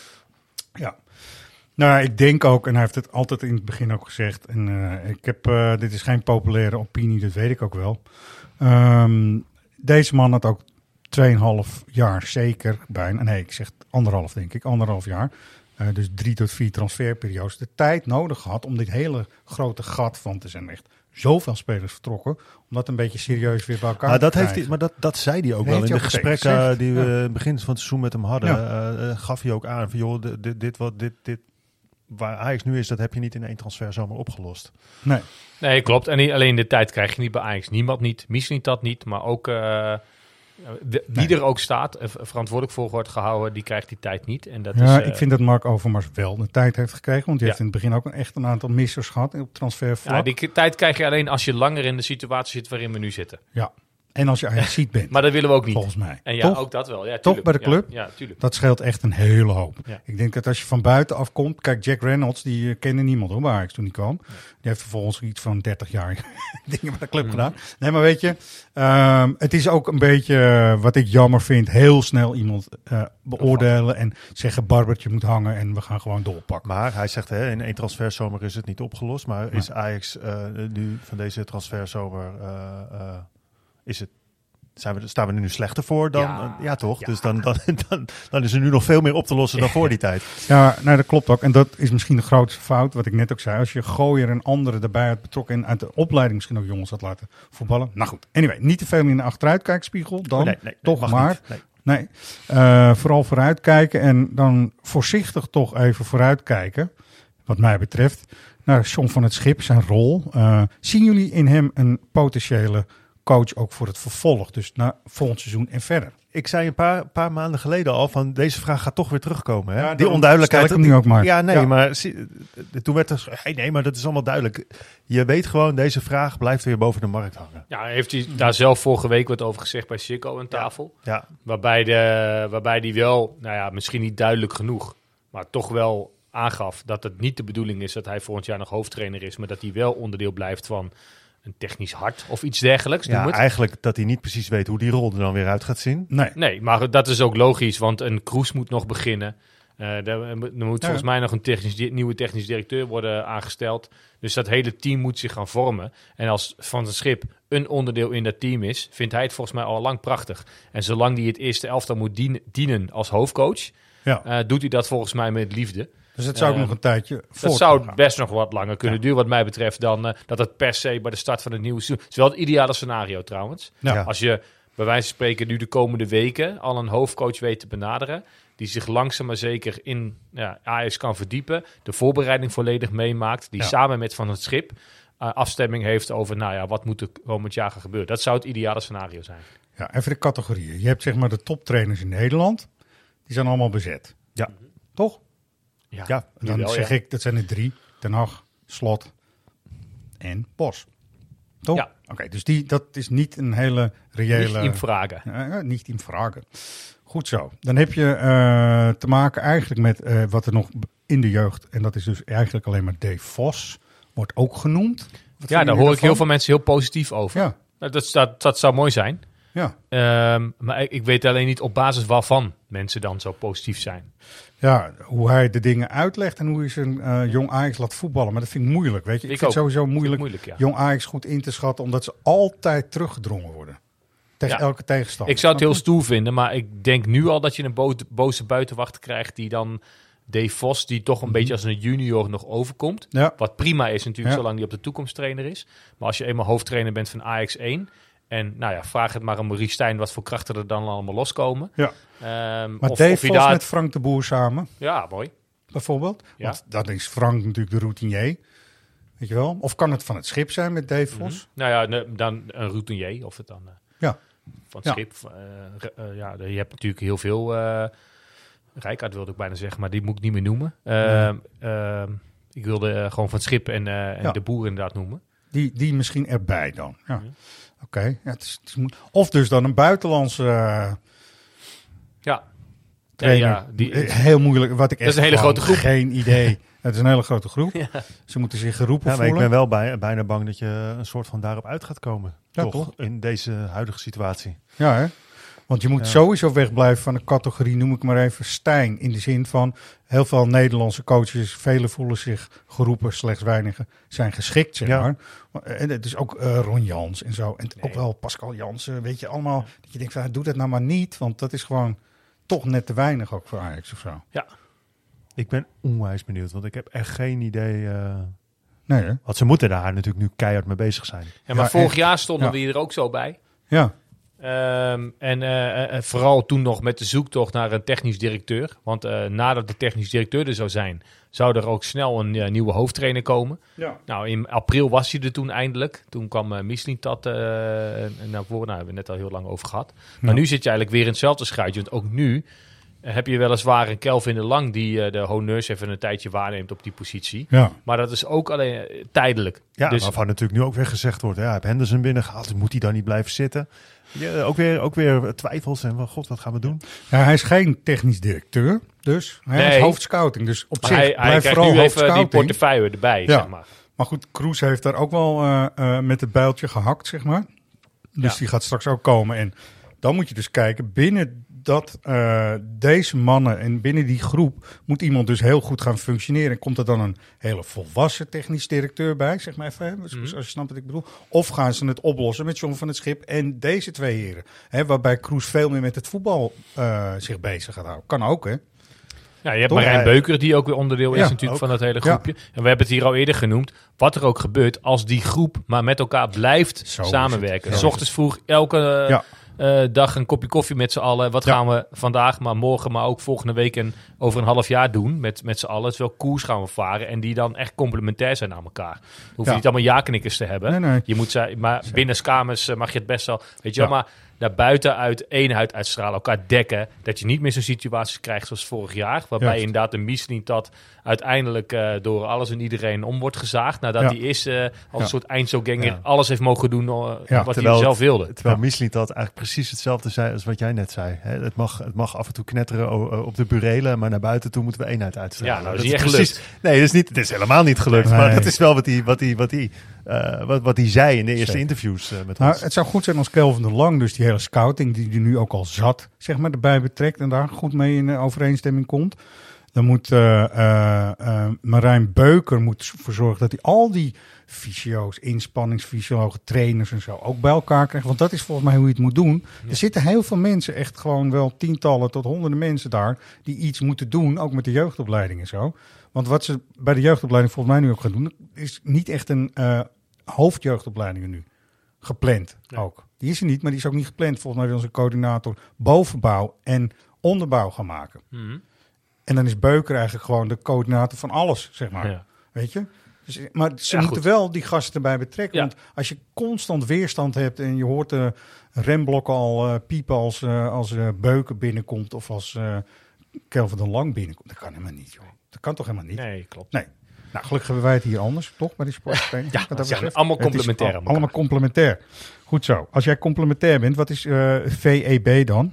Ja. Nou, ik denk ook, en hij heeft het altijd in het begin ook gezegd. En uh, ik heb, uh, dit is geen populaire opinie, dat weet ik ook wel. Um, deze man had ook tweeënhalf jaar zeker bijna. Nee, ik zeg anderhalf denk ik, anderhalf jaar. Uh, dus drie tot vier transferperiodes. De tijd nodig had om dit hele grote gat van te zijn echt zoveel spelers vertrokken, om dat een beetje serieus weer bij elkaar ah, te dat krijgen. heeft hij, maar dat, dat zei hij ook wel in de gesprekken uh, die we ja. begin van het seizoen met hem hadden. Ja. Uh, uh, gaf hij ook aan van joh, dit, dit, wat, dit, dit, waar Ajax nu is, dat heb je niet in één transfer zomaar opgelost. Nee. Nee, klopt. En niet, alleen de tijd krijg je niet bij Ajax. Niemand niet. Misschien dat niet, maar ook uh, de, wie nee. er ook staat, uh, verantwoordelijk voor wordt gehouden, die krijgt die tijd niet. En dat ja, is, uh, ik vind dat Mark Overmars wel de tijd heeft gekregen, want die ja. heeft in het begin ook een, echt een aantal missers gehad op transfervlak. Ja, die tijd krijg je alleen als je langer in de situatie zit waarin we nu zitten. Ja. En als je eigenlijk ziek bent. Maar dat willen we ook niet. Volgens mij. En ja, toch? ook dat wel. Ja, toch bij de club? Ja, ja, tuurlijk. Dat scheelt echt een hele hoop. Ja. Ik denk dat als je van buiten afkomt... Kijk, Jack Reynolds, die uh, kende niemand hoor, bij Ajax toen hij kwam. Ja. Die heeft vervolgens iets van dertig jaar dingen bij de club mm. gedaan. Nee, maar weet je, um, het is ook een beetje, uh, wat ik jammer vind... heel snel iemand uh, beoordelen en zeggen... Barbertje moet hangen en we gaan gewoon doorpakken. Maar hij zegt, hè, in één transferzomer is het niet opgelost. Maar ja. is Ajax uh, nu van deze transferzomer... Uh, uh, is het Zijn we, staan we er nu slechter voor dan? Ja, ja toch? Ja. Dus dan, dan, dan, dan is er nu nog veel meer op te lossen dan voor die tijd. Ja, nou, dat klopt ook. En dat is misschien de grootste fout, wat ik net ook zei. Als je Gooier en anderen erbij had betrokken en uit de opleiding misschien ook jongens had laten voetballen. Nou goed, anyway, niet te veel in de achteruitkijkspiegel dan. Nee, nee, toch nee, maar. Nee. Nee, uh, vooral vooruitkijken en dan voorzichtig toch even vooruitkijken, wat mij betreft, naar John van het Schip, zijn rol. Uh, zien jullie in hem een potentiële coach ook voor het vervolg, dus naar volgend seizoen en verder? Ik zei een paar, paar maanden geleden al van deze vraag gaat toch weer terugkomen. Hè? Ja, die onduidelijkheid. Stel ik hem nu ook maar. Ja, nee, ja. maar zie, toen werd er hey, nee, maar dat is allemaal duidelijk. Je weet gewoon, deze vraag blijft weer boven de markt hangen. Ja, heeft hij daar zelf vorige week wat over gezegd bij Chico aan tafel. Ja. ja. Waarbij, de, waarbij die wel, nou ja, misschien niet duidelijk genoeg, maar toch wel aangaf dat het niet de bedoeling is dat hij volgend jaar nog hoofdtrainer is, maar dat hij wel onderdeel blijft van een technisch hart of iets dergelijks. Ja, het. eigenlijk dat hij niet precies weet hoe die rol er dan weer uit gaat zien. Nee, nee maar dat is ook logisch, want een Kroes moet nog beginnen. Uh, er, er moet ja. volgens mij nog een technisch, nieuwe technisch directeur worden aangesteld. Dus dat hele team moet zich gaan vormen. En als Van het Schip een onderdeel in dat team is, vindt hij het volgens mij al lang prachtig. En zolang hij het eerste elftal moet dien, dienen als hoofdcoach, ja. uh, doet hij dat volgens mij met liefde. Dus het zou ook uh, nog een tijdje Dat zou gaan. best nog wat langer kunnen ja. duren, wat mij betreft, dan uh, dat het per se bij de start van het nieuwe seizoen. Het is wel het ideale scenario trouwens. Ja. Als je bij wijze van spreken nu de komende weken al een hoofdcoach weet te benaderen, die zich langzaam maar zeker in ja, Ajax kan verdiepen, de voorbereiding volledig meemaakt, die ja. samen met Van het Schip uh, afstemming heeft over, nou ja, wat moet er komend jaar gaan gebeuren. Dat zou het ideale scenario zijn. Ja, even de categorieën. Je hebt zeg maar de toptrainers in Nederland, die zijn allemaal bezet. Ja. Toch? Ja, ja dan wel, zeg ja. ik, dat zijn er drie. Ten Hag, Slot en Bos. Toch? Ja. Oké, okay, dus die, dat is niet een hele reële... Niet in vragen. Uh, niet in vragen. Goed zo. Dan heb je uh, te maken eigenlijk met uh, wat er nog in de jeugd... en dat is dus eigenlijk alleen maar Dave Vos, wordt ook genoemd. Wat ja, daar hoor ik heel veel mensen heel positief over. Ja. Dat, dat, dat zou mooi zijn. Ja. Um, maar ik, ik weet alleen niet op basis waarvan mensen dan zo positief zijn. Ja, hoe hij de dingen uitlegt en hoe hij zijn uh, jong Ajax laat voetballen. Maar dat vind ik moeilijk, weet je. Ik, ik vind het sowieso moeilijk, moeilijk ja. jong Ajax goed in te schatten, omdat ze altijd teruggedrongen worden. Tegen ja. elke tegenstander. Ik zou het heel stoer vinden, maar ik denk nu al dat je een bo- boze buitenwacht krijgt die dan Dave Vos, die toch een mm-hmm. beetje als een junior nog overkomt. Ja. Wat prima is natuurlijk, ja. zolang hij op de toekomsttrainer is. Maar als je eenmaal hoofdtrainer bent van Ajax één... En nou ja, vraag het maar aan Maurice Stijn wat voor krachten er dan allemaal loskomen. Ja. Um, maar of, Dave of Vos daar... met Frank de Boer samen. Ja, mooi. Bijvoorbeeld. Ja. Want dan is Frank natuurlijk de routinier. Weet je wel? Of kan het Van het Schip zijn met Dave Vos? Mm-hmm. Nou ja, ne, dan een routinier. Of het dan uh, ja. van het ja. Schip. Uh, uh, ja, je hebt natuurlijk heel veel... Uh, Rijkaard wilde ik bijna zeggen, maar die moet ik niet meer noemen. Uh, mm. uh, ik wilde uh, gewoon Van het Schip en, uh, en ja. de Boer inderdaad noemen. Die, die misschien erbij dan. Ja. Mm-hmm. Oké, okay. ja, het is, het is mo- of dus dan een buitenlandse uh, ja. trainer. Ja, ja, die, heel moeilijk. Wat ik dat is een hele grote groep. Geen idee. Het is een hele grote groep. Ja. Ze moeten zich geroepen ja, maar voelen. Ik ben wel bij, bijna bang dat je een soort van daarop uit gaat komen. Ja, toch? toch? In deze huidige situatie. Ja, hè? Want je moet ja. sowieso wegblijven van de categorie, noem ik maar even, Stijn. In de zin van, heel veel Nederlandse coaches, velen voelen zich geroepen, slechts weinigen zijn geschikt, zeg ja. maar. En het is ook uh, Ron Jans en zo. En nee. ook wel Pascal Jansen, weet je, allemaal. Dat je denkt, van, doe dat nou maar niet, want dat is gewoon toch net te weinig ook voor Ajax of zo. Ja. Ik ben onwijs benieuwd, want ik heb echt geen idee... Uh... Nee, hè? Want ze moeten daar natuurlijk nu keihard mee bezig zijn. Ja, maar ja, vorig echt. jaar stonden ja. we hier ook zo bij. Ja. Um, en uh, uh, vooral toen nog met de zoektocht naar een technisch directeur. Want uh, nadat de technisch directeur er zou zijn, zou er ook snel een uh, nieuwe hoofdtrainer komen. Ja. Nou, in april was hij er toen eindelijk. Toen kwam uh, Mislintat uh, naar voren. Nou, hebben we net al heel lang over gehad. Maar ja. nu zit je eigenlijk weer in hetzelfde schuitje. Want ook nu uh, heb je weliswaar een Kelvin de Lang die uh, de honneurs even een tijdje waarneemt op die positie. Ja. Maar dat is ook alleen uh, tijdelijk. Ja, dus, waarvan natuurlijk nu ook weer gezegd wordt, ja, heb Henderson binnengehaald, moet hij dan niet blijven zitten? Ja, ook, weer, ook weer twijfels en van god, wat gaan we doen? Ja, hij is geen technisch directeur, dus hij nee. is hoofdscouting. Dus op zich hij, blijft hij vooral nu even die portefeuille erbij, ja. zeg maar. Maar goed, Kroes heeft daar ook wel uh, uh, met het bijltje gehakt, zeg maar. Dus ja. die gaat straks ook komen. En dan moet je dus kijken, binnen dat, uh, deze mannen en binnen die groep moet iemand dus heel goed gaan functioneren. En komt er dan een hele volwassen technisch directeur bij, zeg maar even, hè, mm. als je snapt wat ik bedoel. Of gaan ze het oplossen met John van het Schip en deze twee heren. Hè, waarbij Kroes veel meer met het voetbal uh, zich bezig gaat houden. Kan ook, hè. Ja, je hebt Toch? Marijn Beuker, die ook weer onderdeel is ja, natuurlijk ook. van dat hele groepje. Ja. En we hebben het hier al eerder genoemd. Wat er ook gebeurt als die groep maar met elkaar blijft Zo samenwerken. Ja. 's Ochtends vroeg elke... Ja. uh, dag een kopje koffie met z'n allen. Wat ja. gaan we vandaag, maar morgen, maar ook volgende week en over een half jaar doen met, met z'n allen. Terwijl koers gaan we varen en die dan echt complementair zijn aan elkaar. Dan hoef je ja. niet allemaal ja-knikkers te hebben. Nee, nee. Je moet ze, maar binnenskamers uh, mag je het best wel, weet je ja. wel, maar daarbuiten uit eenheid uitstralen, elkaar dekken. Dat je niet meer zo'n situatie krijgt zoals vorig jaar. Waarbij ja. inderdaad een Michelin dat uiteindelijk uh, door alles en iedereen om wordt gezaagd. Nadat hij ja. is uh, als ja. een soort eindselganger ja. alles heeft mogen doen uh, ja. wat terwijl hij zelf wilde. Het, terwijl ja. Michelin dat eigenlijk precies hetzelfde zei als wat jij net zei. Hè? Het, mag, het mag af en toe knetteren op de burelen, maar naar buiten toe moeten we eenheid uitstralen. Ja, nou, dat is niet echt gelukt. Nee, dat is, niet, het is helemaal niet gelukt. Nee. Maar dat is wel wat hij, wat hij, wat hij, uh, wat, wat hij zei in de eerste Zeker. interviews uh, met nou, ons. Het zou goed zijn als Kelvin de Lang, dus die hele scouting die hij nu ook al zat, zeg maar, erbij betrekt en daar goed mee in overeenstemming komt. Dan moet uh, uh, uh, Marijn Beuker moet ervoor zorgen dat hij al die fysio's, inspanningsfysiologen, trainers en zo ook bij elkaar krijgt. Want dat is volgens mij hoe je het moet doen. Ja. Er zitten heel veel mensen, echt gewoon wel tientallen tot honderden mensen daar, die iets moeten doen, ook met de jeugdopleiding en zo. Want wat ze bij de jeugdopleiding volgens mij nu ook gaan doen, is niet echt een uh, hoofdjeugdopleiding nu gepland ja. ook. Die is er niet, maar die is ook niet gepland. Volgens mij wil onze coördinator bovenbouw en onderbouw gaan maken. Mm-hmm. En dan is Beuker eigenlijk gewoon de coördinator van alles, zeg maar. Ja. Weet je? Dus, maar ze ja, moeten goed. wel die gasten erbij betrekken. Ja. Want als je constant weerstand hebt en je hoort de remblokken al uh, piepen als, uh, als uh, Beuker binnenkomt of als uh, Kelvin de Lang binnenkomt. Dat kan helemaal niet, joh. Dat kan toch helemaal niet? Nee, klopt. Nee. Nou, gelukkig hebben wij het hier anders, toch? Bij die sportvereniging. ja, dat zijn allemaal complementair. Al, allemaal complementair. Goed zo. Als jij complementair bent, wat is uh, V E B dan?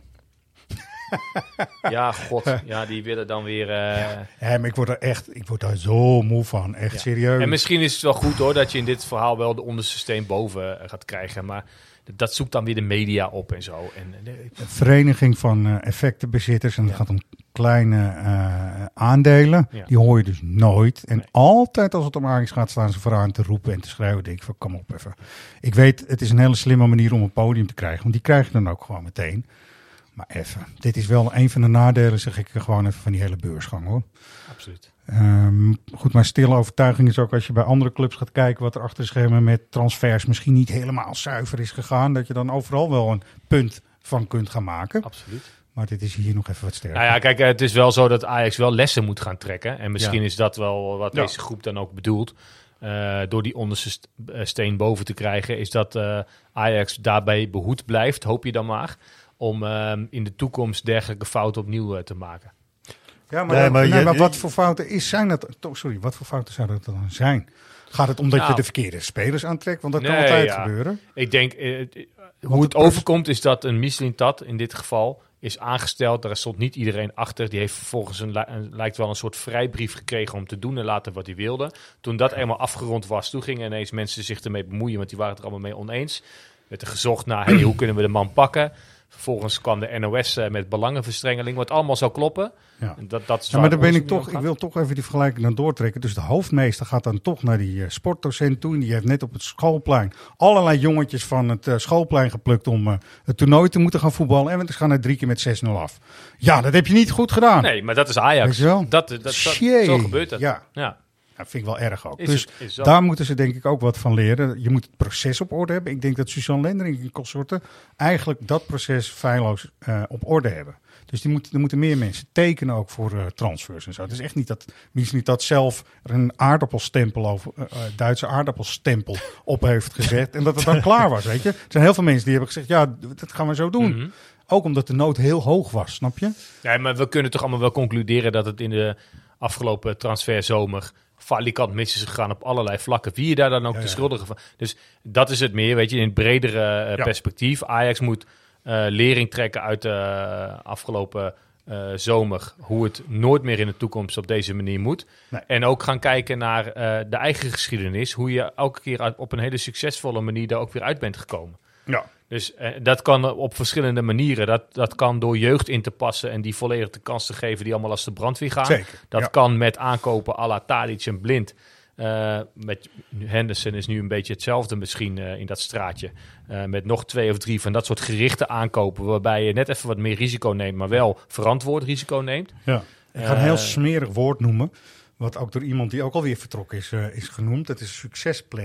Ja, god. Ja, die willen dan weer... Uh... Ja, ja, maar ik word er echt... Ik word daar zo moe van. Echt ja. serieus. En misschien is het wel goed hoor, dat je in dit verhaal wel de onderste steen boven gaat krijgen. Maar dat zoekt dan weer de media op en zo. En, de vereniging van uh, effectenbezitters. En het ja. gaat om kleine uh, aandelen. Ja. Die hoor je dus nooit. En nee. altijd als het om Ajax gaat, staan ze vooraan te roepen en te schrijven. Denk ik van, kom op even. Ik weet, het is een hele slimme manier om een podium te krijgen. Want die krijg je dan ook gewoon meteen. Maar even, dit is wel een van de nadelen, zeg ik gewoon even, van die hele beursgang, hoor. Absoluut. Um, goed, mijn stille overtuiging is ook als je bij andere clubs gaat kijken wat er achter de schermen met transfers misschien niet helemaal zuiver is gegaan, dat je dan overal wel een punt van kunt gaan maken. Absoluut. Maar dit is hier nog even wat sterker. Nou ja, kijk, het is wel zo dat Ajax wel lessen moet gaan trekken. En misschien ja. is dat wel wat ja. deze groep dan ook bedoelt. Uh, door die onderste steen boven te krijgen, is dat uh, Ajax daarbij behoed blijft, hoop je dan maar, om uh, in de toekomst dergelijke fouten opnieuw uh, te maken. Ja, maar, nee, dan, maar, nee, je, maar wat voor fouten is, zijn dat? Sorry, wat voor fouten zouden dat dan zijn? Gaat het omdat nou, je de verkeerde spelers aantrekt? Want dat nee, kan altijd ja. gebeuren. Ik denk, uh, hoe het overkomt is dat een Michelin-Tat in dit geval is aangesteld. Daar stond niet iedereen achter. Die heeft vervolgens een, een, lijkt wel een soort vrijbrief gekregen om te doen en laten wat hij wilde. Toen dat eenmaal afgerond was, toen gingen ineens mensen zich ermee bemoeien, want die waren het er allemaal mee oneens. Werd er gezocht naar, hey, hoe kunnen we de man pakken? Vervolgens kwam de N O S uh, met belangenverstrengeling, wat allemaal zou kloppen. Ja. Dat, dat is ja, maar dan ben ik toch, ik wil toch even die vergelijking dan doortrekken. Dus de hoofdmeester gaat dan toch naar die uh, sportdocent toe. En die heeft net op het schoolplein allerlei jongetjes van het uh, schoolplein geplukt om uh, het toernooi te moeten gaan voetballen. En we gaan er drie keer met zes nul af. Ja, dat heb je niet goed gedaan. Nee, maar dat is Ajax. Dat, dat, dat, dat, zo gebeurt het. Ja. ja. Dat vind ik wel erg ook. Is dus het, is daar moeten ze denk ik ook wat van leren. Je moet het proces op orde hebben. Ik denk dat Suzanne Lendering en consorten eigenlijk dat proces feilloos uh, op orde hebben. Dus die moet, er moeten meer mensen tekenen ook voor uh, transfers en zo. Het is echt niet dat misschien niet dat zelf er een aardappelstempel over uh, Duitse aardappelstempel op heeft gezet en dat het dan klaar was, weet je. Er zijn heel veel mensen die hebben gezegd, ja, dat gaan we zo doen. Mm-hmm. Ook omdat de nood heel hoog was, snap je? Ja, maar we kunnen toch allemaal wel concluderen dat het in de afgelopen transferzomer falikant mis is gegaan op allerlei vlakken. Wie je daar dan ook ja, de schuldige ja. van. Dus dat is het meer, weet je, in het bredere uh, ja. perspectief. Ajax moet uh, lering trekken uit de uh, afgelopen uh, zomer, hoe het nooit meer in de toekomst op deze manier moet. Nee. En ook gaan kijken naar uh, de eigen geschiedenis, hoe je elke keer uit, op een hele succesvolle manier daar ook weer uit bent gekomen. Ja. Dus uh, dat kan op verschillende manieren. Dat, dat kan door jeugd in te passen en die volledig de kans te geven die allemaal als de brandweer gaan. Zeker, dat ja. kan met aankopen à la Tadic en Blind. Uh, met Henderson is nu een beetje hetzelfde misschien uh, in dat straatje. Uh, met nog twee of drie van dat soort gerichte aankopen, waarbij je net even wat meer risico neemt, maar wel verantwoord risico neemt. Ja. Ik ga een heel uh, smerig woord noemen, wat ook door iemand die ook alweer vertrokken is, uh, is genoemd. Dat is succesplanning.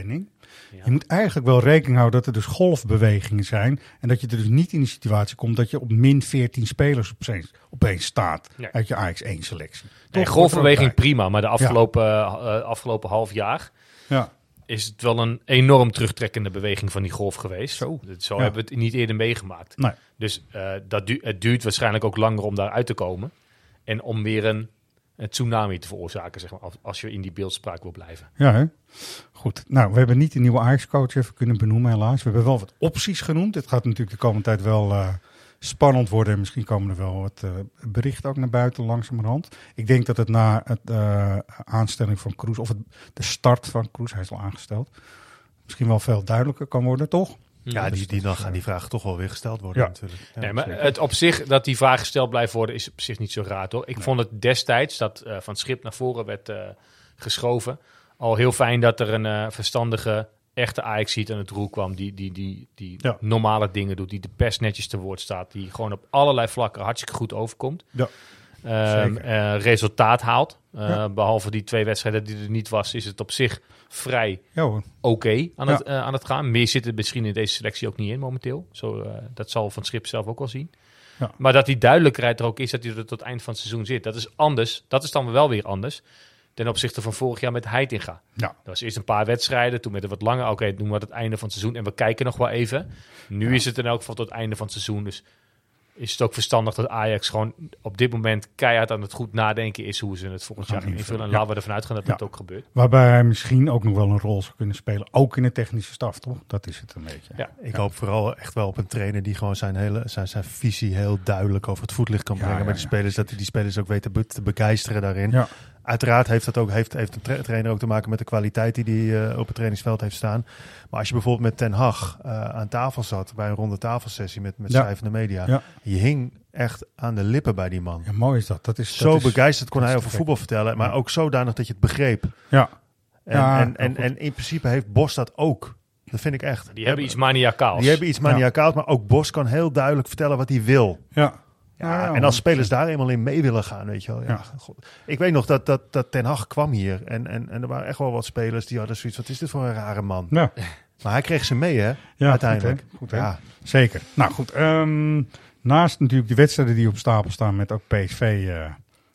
Ja. Je moet eigenlijk wel rekening houden dat er dus golfbewegingen zijn. En dat je er dus niet in die situatie komt dat je op min veertien spelers opeens, opeens staat nee. uit je Ajax één selectie. Nee, golfbeweging prima, maar de afgelopen, ja. uh, afgelopen half jaar ja. is het wel een enorm terugtrekkende beweging van die golf geweest. Zo, Zo ja. hebben we het niet eerder meegemaakt. Nee. Dus uh, dat du- het duurt waarschijnlijk ook langer om daar uit te komen. En om weer een, een tsunami te veroorzaken, zeg maar, als je in die beeldspraak wil blijven. Ja, hè? Goed. Nou, we hebben niet de nieuwe Ajax-coach even kunnen benoemen, helaas. We hebben wel wat opties genoemd. Het gaat natuurlijk de komende tijd wel uh, spannend worden. En misschien komen er wel wat uh, berichten ook naar buiten langzamerhand. Ik denk dat het na het uh, aanstelling van Kroes, of het, de start van Kroes, hij is al aangesteld, misschien wel veel duidelijker kan worden, toch? Ja, die, die, dan gaan die vragen toch wel weer gesteld worden ja. natuurlijk. Ja, nee, maar het op zich, dat die vraag gesteld blijft worden, is op zich niet zo raar, toch? Ik nee. vond het destijds, dat uh, van het schip naar voren werd uh, geschoven, al heel fijn dat er een uh, verstandige, echte Ajax-ziet aan het roer kwam, die, die, die, die ja. normale dingen doet, die de pers netjes te woord staat, die gewoon op allerlei vlakken hartstikke goed overkomt. Ja. Um, uh, resultaat haalt. Uh, ja. Behalve die twee wedstrijden die er niet was, is het op zich vrij ja, oké okay aan, ja. uh, aan het gaan. Meer zit er misschien in deze selectie ook niet in momenteel. Zo, uh, dat zal Van Schip zelf ook wel zien. Ja. Maar dat die duidelijkheid er ook is, dat hij er tot het eind van het seizoen zit. Dat is anders. Dat is dan wel weer anders ten opzichte van vorig jaar met Heitinga. Ja. Dat was eerst een paar wedstrijden, toen met het wat langer. Oké, okay, doen we het einde van het seizoen en we kijken nog wel even. Nu ja. is het in elk geval tot het einde van het seizoen, dus is het ook verstandig dat Ajax gewoon op dit moment keihard aan het goed nadenken is hoe ze het volgend jaar gaan invullen. En ja. laten we ervan uitgaan dat ja. dat ook gebeurt. Waarbij hij misschien ook nog wel een rol zou kunnen spelen, ook in de technische staf, toch? Dat is het een beetje. Ja, ik ja. hoop vooral echt wel op een trainer die gewoon zijn hele zijn, zijn visie heel duidelijk over het voetlicht kan brengen ja, ja, met de ja. spelers, dat hij die spelers ook weet te, be- te begeisteren daarin. Ja. Uiteraard heeft dat ook heeft, heeft een tra- trainer ook te maken met de kwaliteit die hij uh, op het trainingsveld heeft staan. Maar als je bijvoorbeeld met Ten Hag uh, aan tafel zat bij een ronde tafelsessie met, met ja. schrijvende media, ja. je hing echt aan de lippen bij die man. Ja, mooi is dat. dat is, zo dat begeisterd is, kon hij over voetbal vertellen, maar ja. ook zodanig dat je het begreep. Ja. En, ja, en, en, en in principe heeft Bos dat ook. Dat vind ik echt. Die hebben iets maniacaals. Die hebben iets maniacaals, ja. maar ook Bos kan heel duidelijk vertellen wat hij wil. Ja. Ja, ja, en als spelers daar eenmaal in mee willen gaan, weet je wel. Ja, ja. God. Ik weet nog dat, dat, dat Ten Hag kwam hier. En, en, en er waren echt wel wat spelers die hadden zoiets. Wat is dit voor een rare man? Ja. Maar hij kreeg ze mee, hè? Ja, uiteindelijk. Goed, hè? Goed, hè? Ja. Zeker. Nou goed, um, naast natuurlijk de wedstrijden die op stapel staan met ook P S V uh, uh,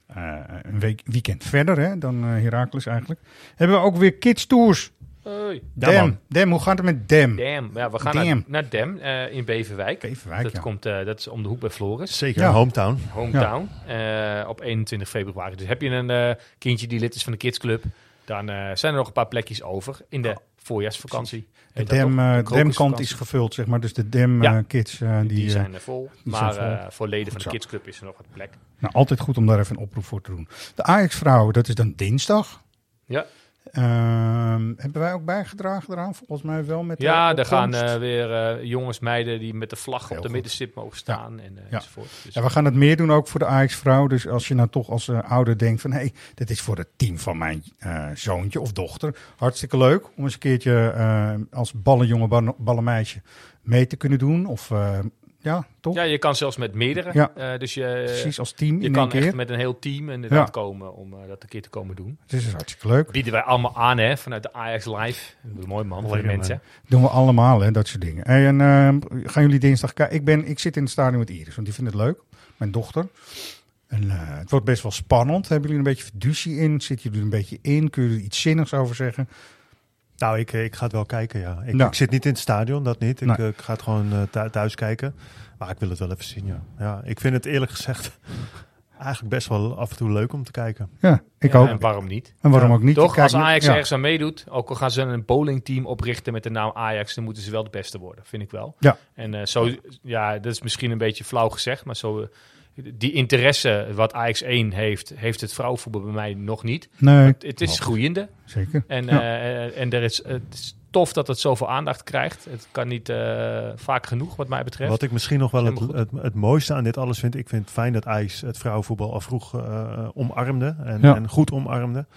een week, weekend verder hè, dan uh, Heracles eigenlijk. Hebben we ook weer Kids Tours. Hey. Dem, Dem, hoe gaat het met Dem? Dem, ja, we gaan Dem. naar, naar Dem uh, in Beverwijk. Beverwijk, dat, ja. komt, uh, dat is om de hoek bij Floris. Zeker, ja. hometown. Hometown, ja. uh, op eenentwintig februari. Dus heb je een uh, kindje die lid is van de kidsclub, dan uh, zijn er nog een paar plekjes over in de oh. voorjaarsvakantie. De Dem, uh, Dem-kant is gevuld, zeg maar. Dus de Dem-kids, ja. uh, die, die zijn er vol. Die maar vol. Uh, voor leden van de kidsclub is er nog wat plek. Nou, altijd goed om daar even een oproep voor te doen. De Ajax-vrouwen, dat is dan dinsdag. Ja. Uh, hebben wij ook bijgedragen eraan? Volgens mij wel met ja, er gaan uh, weer uh, jongens, meiden die met de vlag Heel op de middenstip mogen staan. Ja. En, uh, ja. enzovoort. Dus ja, we gaan het meer doen ook voor de Ajax-vrouw. Dus als je nou toch als uh, ouder denkt van hé, hey, dit is voor het team van mijn uh, zoontje of dochter. Hartstikke leuk om eens een keertje uh, als ballenjongen, ballen, ballenmeisje mee te kunnen doen. Of uh, ja, toch? Ja, je kan zelfs met meerdere. Ja. Uh, dus je, precies als team. Je in kan keer. echt met een heel team inderdaad ja. komen om uh, dat een keer te komen doen. Het is hartstikke leuk. Bieden wij allemaal aan hè, vanuit de Ajax Live. Mooi man voor de man. mensen. Doen we allemaal hè, dat soort dingen. En uh, gaan jullie dinsdag kijken? Ik, ben, ik zit in het stadion met Iris, want die vindt het leuk. Mijn dochter. En uh, het wordt best wel spannend. Hebben jullie een beetje fiducie in? Zitten jullie er een beetje in? Kun je er iets zinnigs over zeggen? Nou, ik, ik ga het wel kijken, ja. Ik, nou. ik zit niet in het stadion, dat niet. Ik, nee. ik ga het gewoon uh, thuis kijken. Maar ik wil het wel even zien, ja. ja. Ik vind het eerlijk gezegd eigenlijk best wel af en toe leuk om te kijken. Ja, ik ja, ook. En waarom niet? En waarom ja. ook niet? Toch, als Ajax ja. ergens aan meedoet, ook al gaan ze een bowlingteam oprichten met de naam Ajax, dan moeten ze wel de beste worden, vind ik wel. Ja. En uh, zo, ja, dat is misschien een beetje flauw gezegd, maar zo... Uh, die interesse wat Ajax één heeft, heeft het vrouwenvoetbal bij mij nog niet. Nee. Het, het is groeiende. Zeker. En, ja. uh, en er is, het is tof dat het zoveel aandacht krijgt. Het kan niet uh, vaak genoeg wat mij betreft. Wat ik misschien nog wel het, het, het mooiste aan dit alles vind, ik vind het fijn dat Ajax het vrouwenvoetbal al vroeg uh, omarmde. En, ja. en goed omarmde.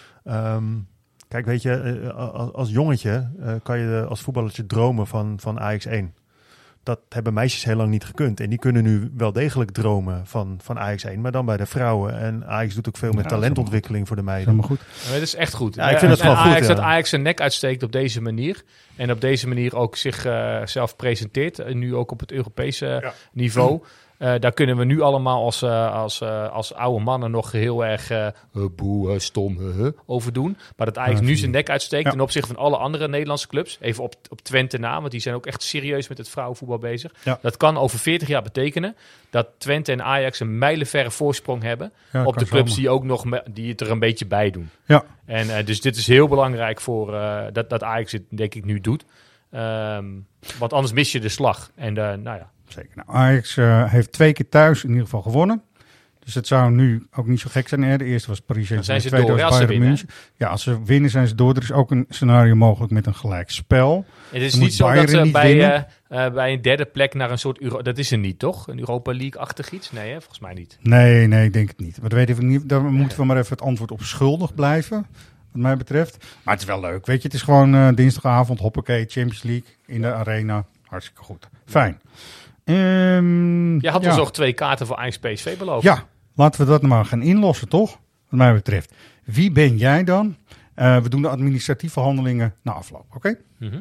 Um, kijk, weet je, uh, als, als jongetje uh, kan je als voetballertje dromen van, van Ajax één. dat hebben meisjes heel lang niet gekund. En die kunnen nu wel degelijk dromen van, van Ajax één, maar dan bij de vrouwen. En Ajax doet ook veel met ja, talentontwikkeling voor de meiden. Helemaal goed. Ja, het is echt goed. Ja, ik vind het gewoon Ajax, goed. Ja. Dat Ajax zijn nek uitsteekt op deze manier. En op deze manier ook zichzelf uh, presenteert. En nu ook op het Europese ja. niveau. Uh, daar kunnen we nu allemaal als, uh, als, uh, als oude mannen nog heel erg uh, boe, uh, stom uh, over doen. Maar dat Ajax ja, nu zijn nek uitsteekt ja. ten opzichte van alle andere Nederlandse clubs. Even op, op Twente na, want die zijn ook echt serieus met het vrouwenvoetbal bezig. Ja. Dat kan over veertig jaar betekenen dat Twente en Ajax een mijlenverre voorsprong hebben ja, op de clubs die ook nog me, die het er een beetje bij doen. Ja. En uh, dus dit is heel belangrijk voor uh, dat, dat Ajax het denk ik nu doet. Um, want anders mis je de slag. En uh, nou ja. Zeker. Nou, Ajax uh, heeft twee keer thuis in ieder geval gewonnen. Dus het zou nu ook niet zo gek zijn. Hè? De eerste was Paris Saint-Germain, de tweede was Bayern München. Ja, als ze winnen zijn ze door. Er is ook een scenario mogelijk met een gelijk spel. Het is niet zo Bayern dat ze bij, uh, uh, bij een derde plek naar een soort... Euro- dat is er niet, toch? Een Europa League-achtig iets? Nee, hè? Volgens mij niet. Nee, nee, ik denk het niet. Maar dat weten we niet. Daar moeten we maar even het antwoord op schuldig blijven. Wat mij betreft. Maar het is wel leuk. Weet je, het is gewoon uh, dinsdagavond. Hoppakee, Champions League in de arena. Hartstikke goed. Fijn. Um, Je had ja. ons nog twee kaarten voor Ajax P S V beloofd. Ja, laten we dat nou maar gaan inlossen, toch? Wat mij betreft. Wie ben jij dan? Uh, we doen de administratieve handelingen na afloop, oké? Okay? Mm-hmm.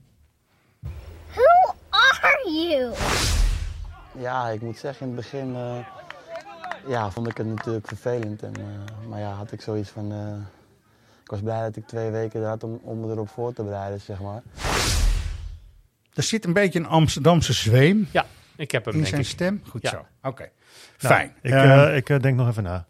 Who are you? Ja, ik moet zeggen, in het begin uh, ja, vond ik het natuurlijk vervelend. En, uh, maar ja, had ik zoiets van... Uh, ik was blij dat ik twee weken had om, om me erop voor te bereiden, zeg maar. Er zit een beetje een Amsterdamse zweem ja, ik heb hem, in denk zijn ik. stem. Goed ja. zo. Oké, okay. nou, fijn. Ik, uh, uh, ik uh, denk nog even na.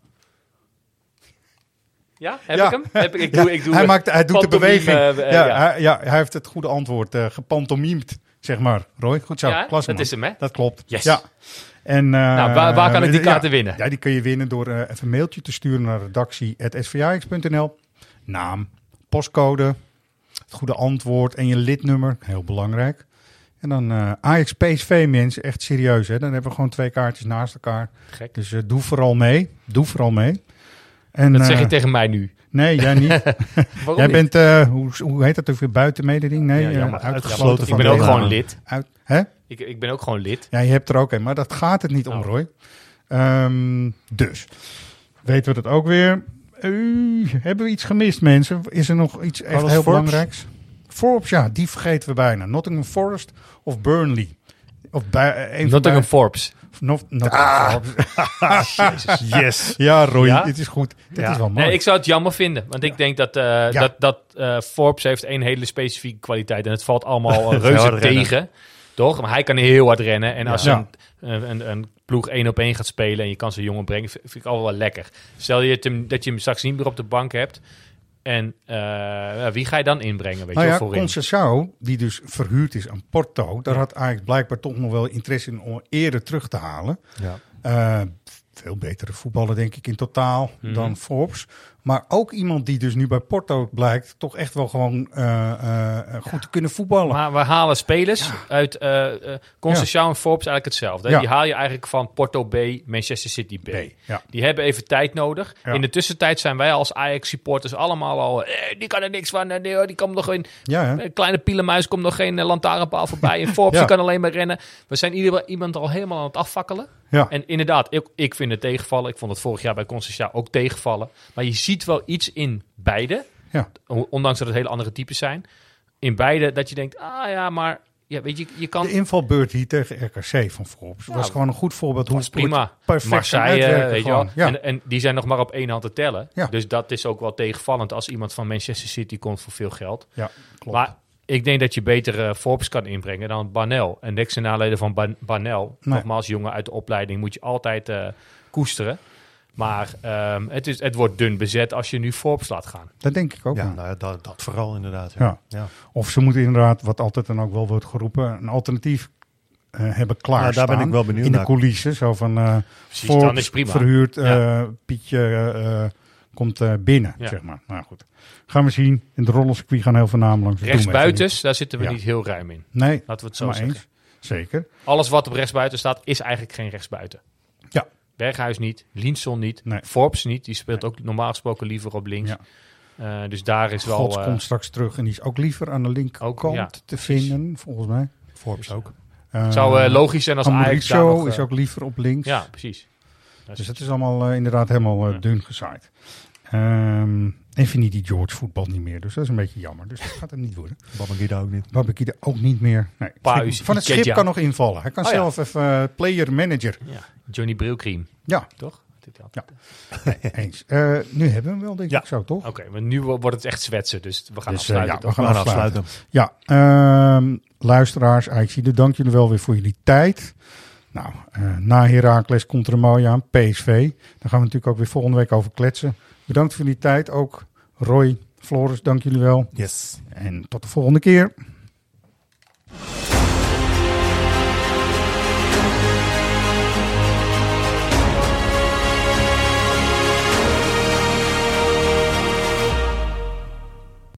Ja, heb ja. ik hem? Heb ik, ik doe, ja, ik doe hij, maakt, hij doet de beweging. Uh, uh, ja, ja. Hij, ja, hij heeft het goede antwoord uh, gepantomiemd, zeg maar. Roy, goed zo. Ja, Klasse, dat is hem, hè? Dat klopt. Yes. Ja. En, uh, nou, waar, waar kan ik die kaarten ja, winnen? Ja, die kun je winnen door uh, even een mailtje te sturen naar redactie at s v a x punt n l. Naam, postcode, het goede antwoord en je lidnummer. Heel belangrijk. En dan uh, Ajax P S V, mensen. Echt serieus, hè. Dan hebben we gewoon twee kaartjes naast elkaar. Gek. Dus uh, doe vooral mee. Doe vooral mee. En, dat zeg uh, je tegen mij nu. Nee, jij niet. Waarom jij niet? bent, uh, hoe, hoe heet dat ook weer, buitenmededing? Nee, ja, ja, uh, uitgesloten ja, van Ik ben ook gewoon lid. Uit, hè? Ik, ik ben ook gewoon lid. Ja, je hebt er ook een, maar dat gaat het niet om, oh. Roy. Um, dus, weten we dat ook weer. Uh, hebben we iets gemist, mensen? Is er nog iets echt heel Forbes? belangrijks? Forbes, ja, die vergeten we bijna. Nottingham Forest of Burnley? Of bij, uh, een Nottingham Forbes. Not, not ah. Jezus, yes. Ja, Roy, ja? dit is goed. Dit ja. is wel mooi. Nee, ik zou het jammer vinden. Want ik denk dat, uh, ja. dat, dat uh, Forbes heeft een hele specifieke kwaliteit. En het valt allemaal uh, reuze tegen. Toch? Maar hij kan heel hard rennen. En als ja. een, een, een ploeg één op één gaat spelen en je kan zijn jongen brengen, vind ik altijd wel lekker. Stel je hem, dat je hem straks niet meer op de bank hebt. En uh, wie ga je dan inbrengen? Weet nou je, ja, voorin? Conceição, die dus verhuurd is aan Porto, daar ja. had eigenlijk blijkbaar toch nog wel interesse in om eerder terug te halen. Ja. Uh, veel betere voetballer, denk ik, in totaal mm-hmm. dan Forbes. Maar ook iemand die dus nu bij Porto blijkt toch echt wel gewoon uh, uh, goed ja. te kunnen voetballen. Maar we halen spelers ja. uit uh, uh, Conceição ja. en Forbes eigenlijk hetzelfde. Ja. Die haal je eigenlijk van Porto B, Manchester City B. B ja. Die hebben even tijd nodig. Ja. In de tussentijd zijn wij als Ajax-supporters allemaal al... Eh, die kan er niks van. Nee, die komt nog in... Ja, een kleine pielenmuis komt nog geen uh, lantaarnpaal voorbij. En Forbes ja. die kan alleen maar rennen. We zijn ieder, iemand al helemaal aan het afvakkelen. Ja. En inderdaad, ik, ik vind het tegenvallen. Ik vond het vorig jaar bij Conceição ook tegenvallen. Maar je ziet wel iets in beide. Ja. Ondanks dat het hele andere types zijn. In beide dat je denkt, ah ja, maar... Ja, weet je, je kan... De invalbeurt hier tegen R K C van Forbes ja, was gewoon een goed voorbeeld. Hoe het prima. Perfect Marseille, weet je wel. Ja. En, en die zijn nog maar op één hand te tellen. Ja. Dus dat is ook wel tegenvallend als iemand van Manchester City komt voor veel geld. Ja, klopt. Maar ik denk dat je beter uh, Forbes kan inbrengen dan Barnel. En niks en naleden van Ban- Barnel. Nee. Nogmaals, jongen uit de opleiding moet je altijd uh, koesteren. Maar um, het, is, het wordt dun bezet als je nu Forbes laat gaan. Dat denk ik ook. Ja, ja. nou, dat, dat vooral inderdaad. Ja. Ja. Ja. Of ze moeten inderdaad, wat altijd dan ook wel wordt geroepen, een alternatief uh, hebben klaarstaan. Ja, daar ben ik wel benieuwd in de naar. coulissen. Zo van uh, Precies, Forbes dan is prima. verhuurd, uh, ja. Pietje uh, komt uh, binnen, ja. zeg maar. Nou goed, gaan we zien. In de rollercircuit gaan heel veel namen langs. Rechtsbuitens, daar zitten we ja. niet heel ruim in. Nee, laten we het zo zeggen. Eens. Zeker. Alles wat op rechtsbuiten staat, is eigenlijk geen rechtsbuiten. Ja. Berghuis niet, Linson niet, nee. Forbes niet. Die speelt nee. ook normaal gesproken liever op links. Ja. Uh, dus daar is wel... Gods uh, komt straks terug en die is ook liever aan de linkerkant ja, te precies. vinden, volgens mij. Forbes ook. Het zou uh, logisch zijn als Ajax daar nog, uh, is ook liever op links. Ja, precies. Dat dus het is allemaal uh, inderdaad helemaal uh, ja. dun gezaaid. Um, en Vinicius George voetbal niet meer. Dus dat is een beetje jammer. Dus dat gaat het niet worden. Babangida ook niet. Babangida ook niet meer. Nee. Puis, van het schip ja. kan nog invallen. Hij kan oh, zelf ja. even uh, player manager. Ja. Johnny Brilkriem. Ja. Toch? Ja. Nee, eens. Uh, nu hebben we hem wel, denk ja. ik zo, toch? Oké, okay, maar nu wordt het echt zwetsen. Dus we gaan dus, afsluiten. Uh, ja, we gaan, we gaan afsluiten. afsluiten. Ja, uh, luisteraars, Ajaxiden, dank jullie wel weer voor jullie tijd. Nou, uh, na Heracles komt er een mooie aan, P S V. Daar gaan we natuurlijk ook weer volgende week over kletsen. Bedankt voor jullie tijd. Ook Roy, Floris, dank jullie wel. Yes. En tot de volgende keer.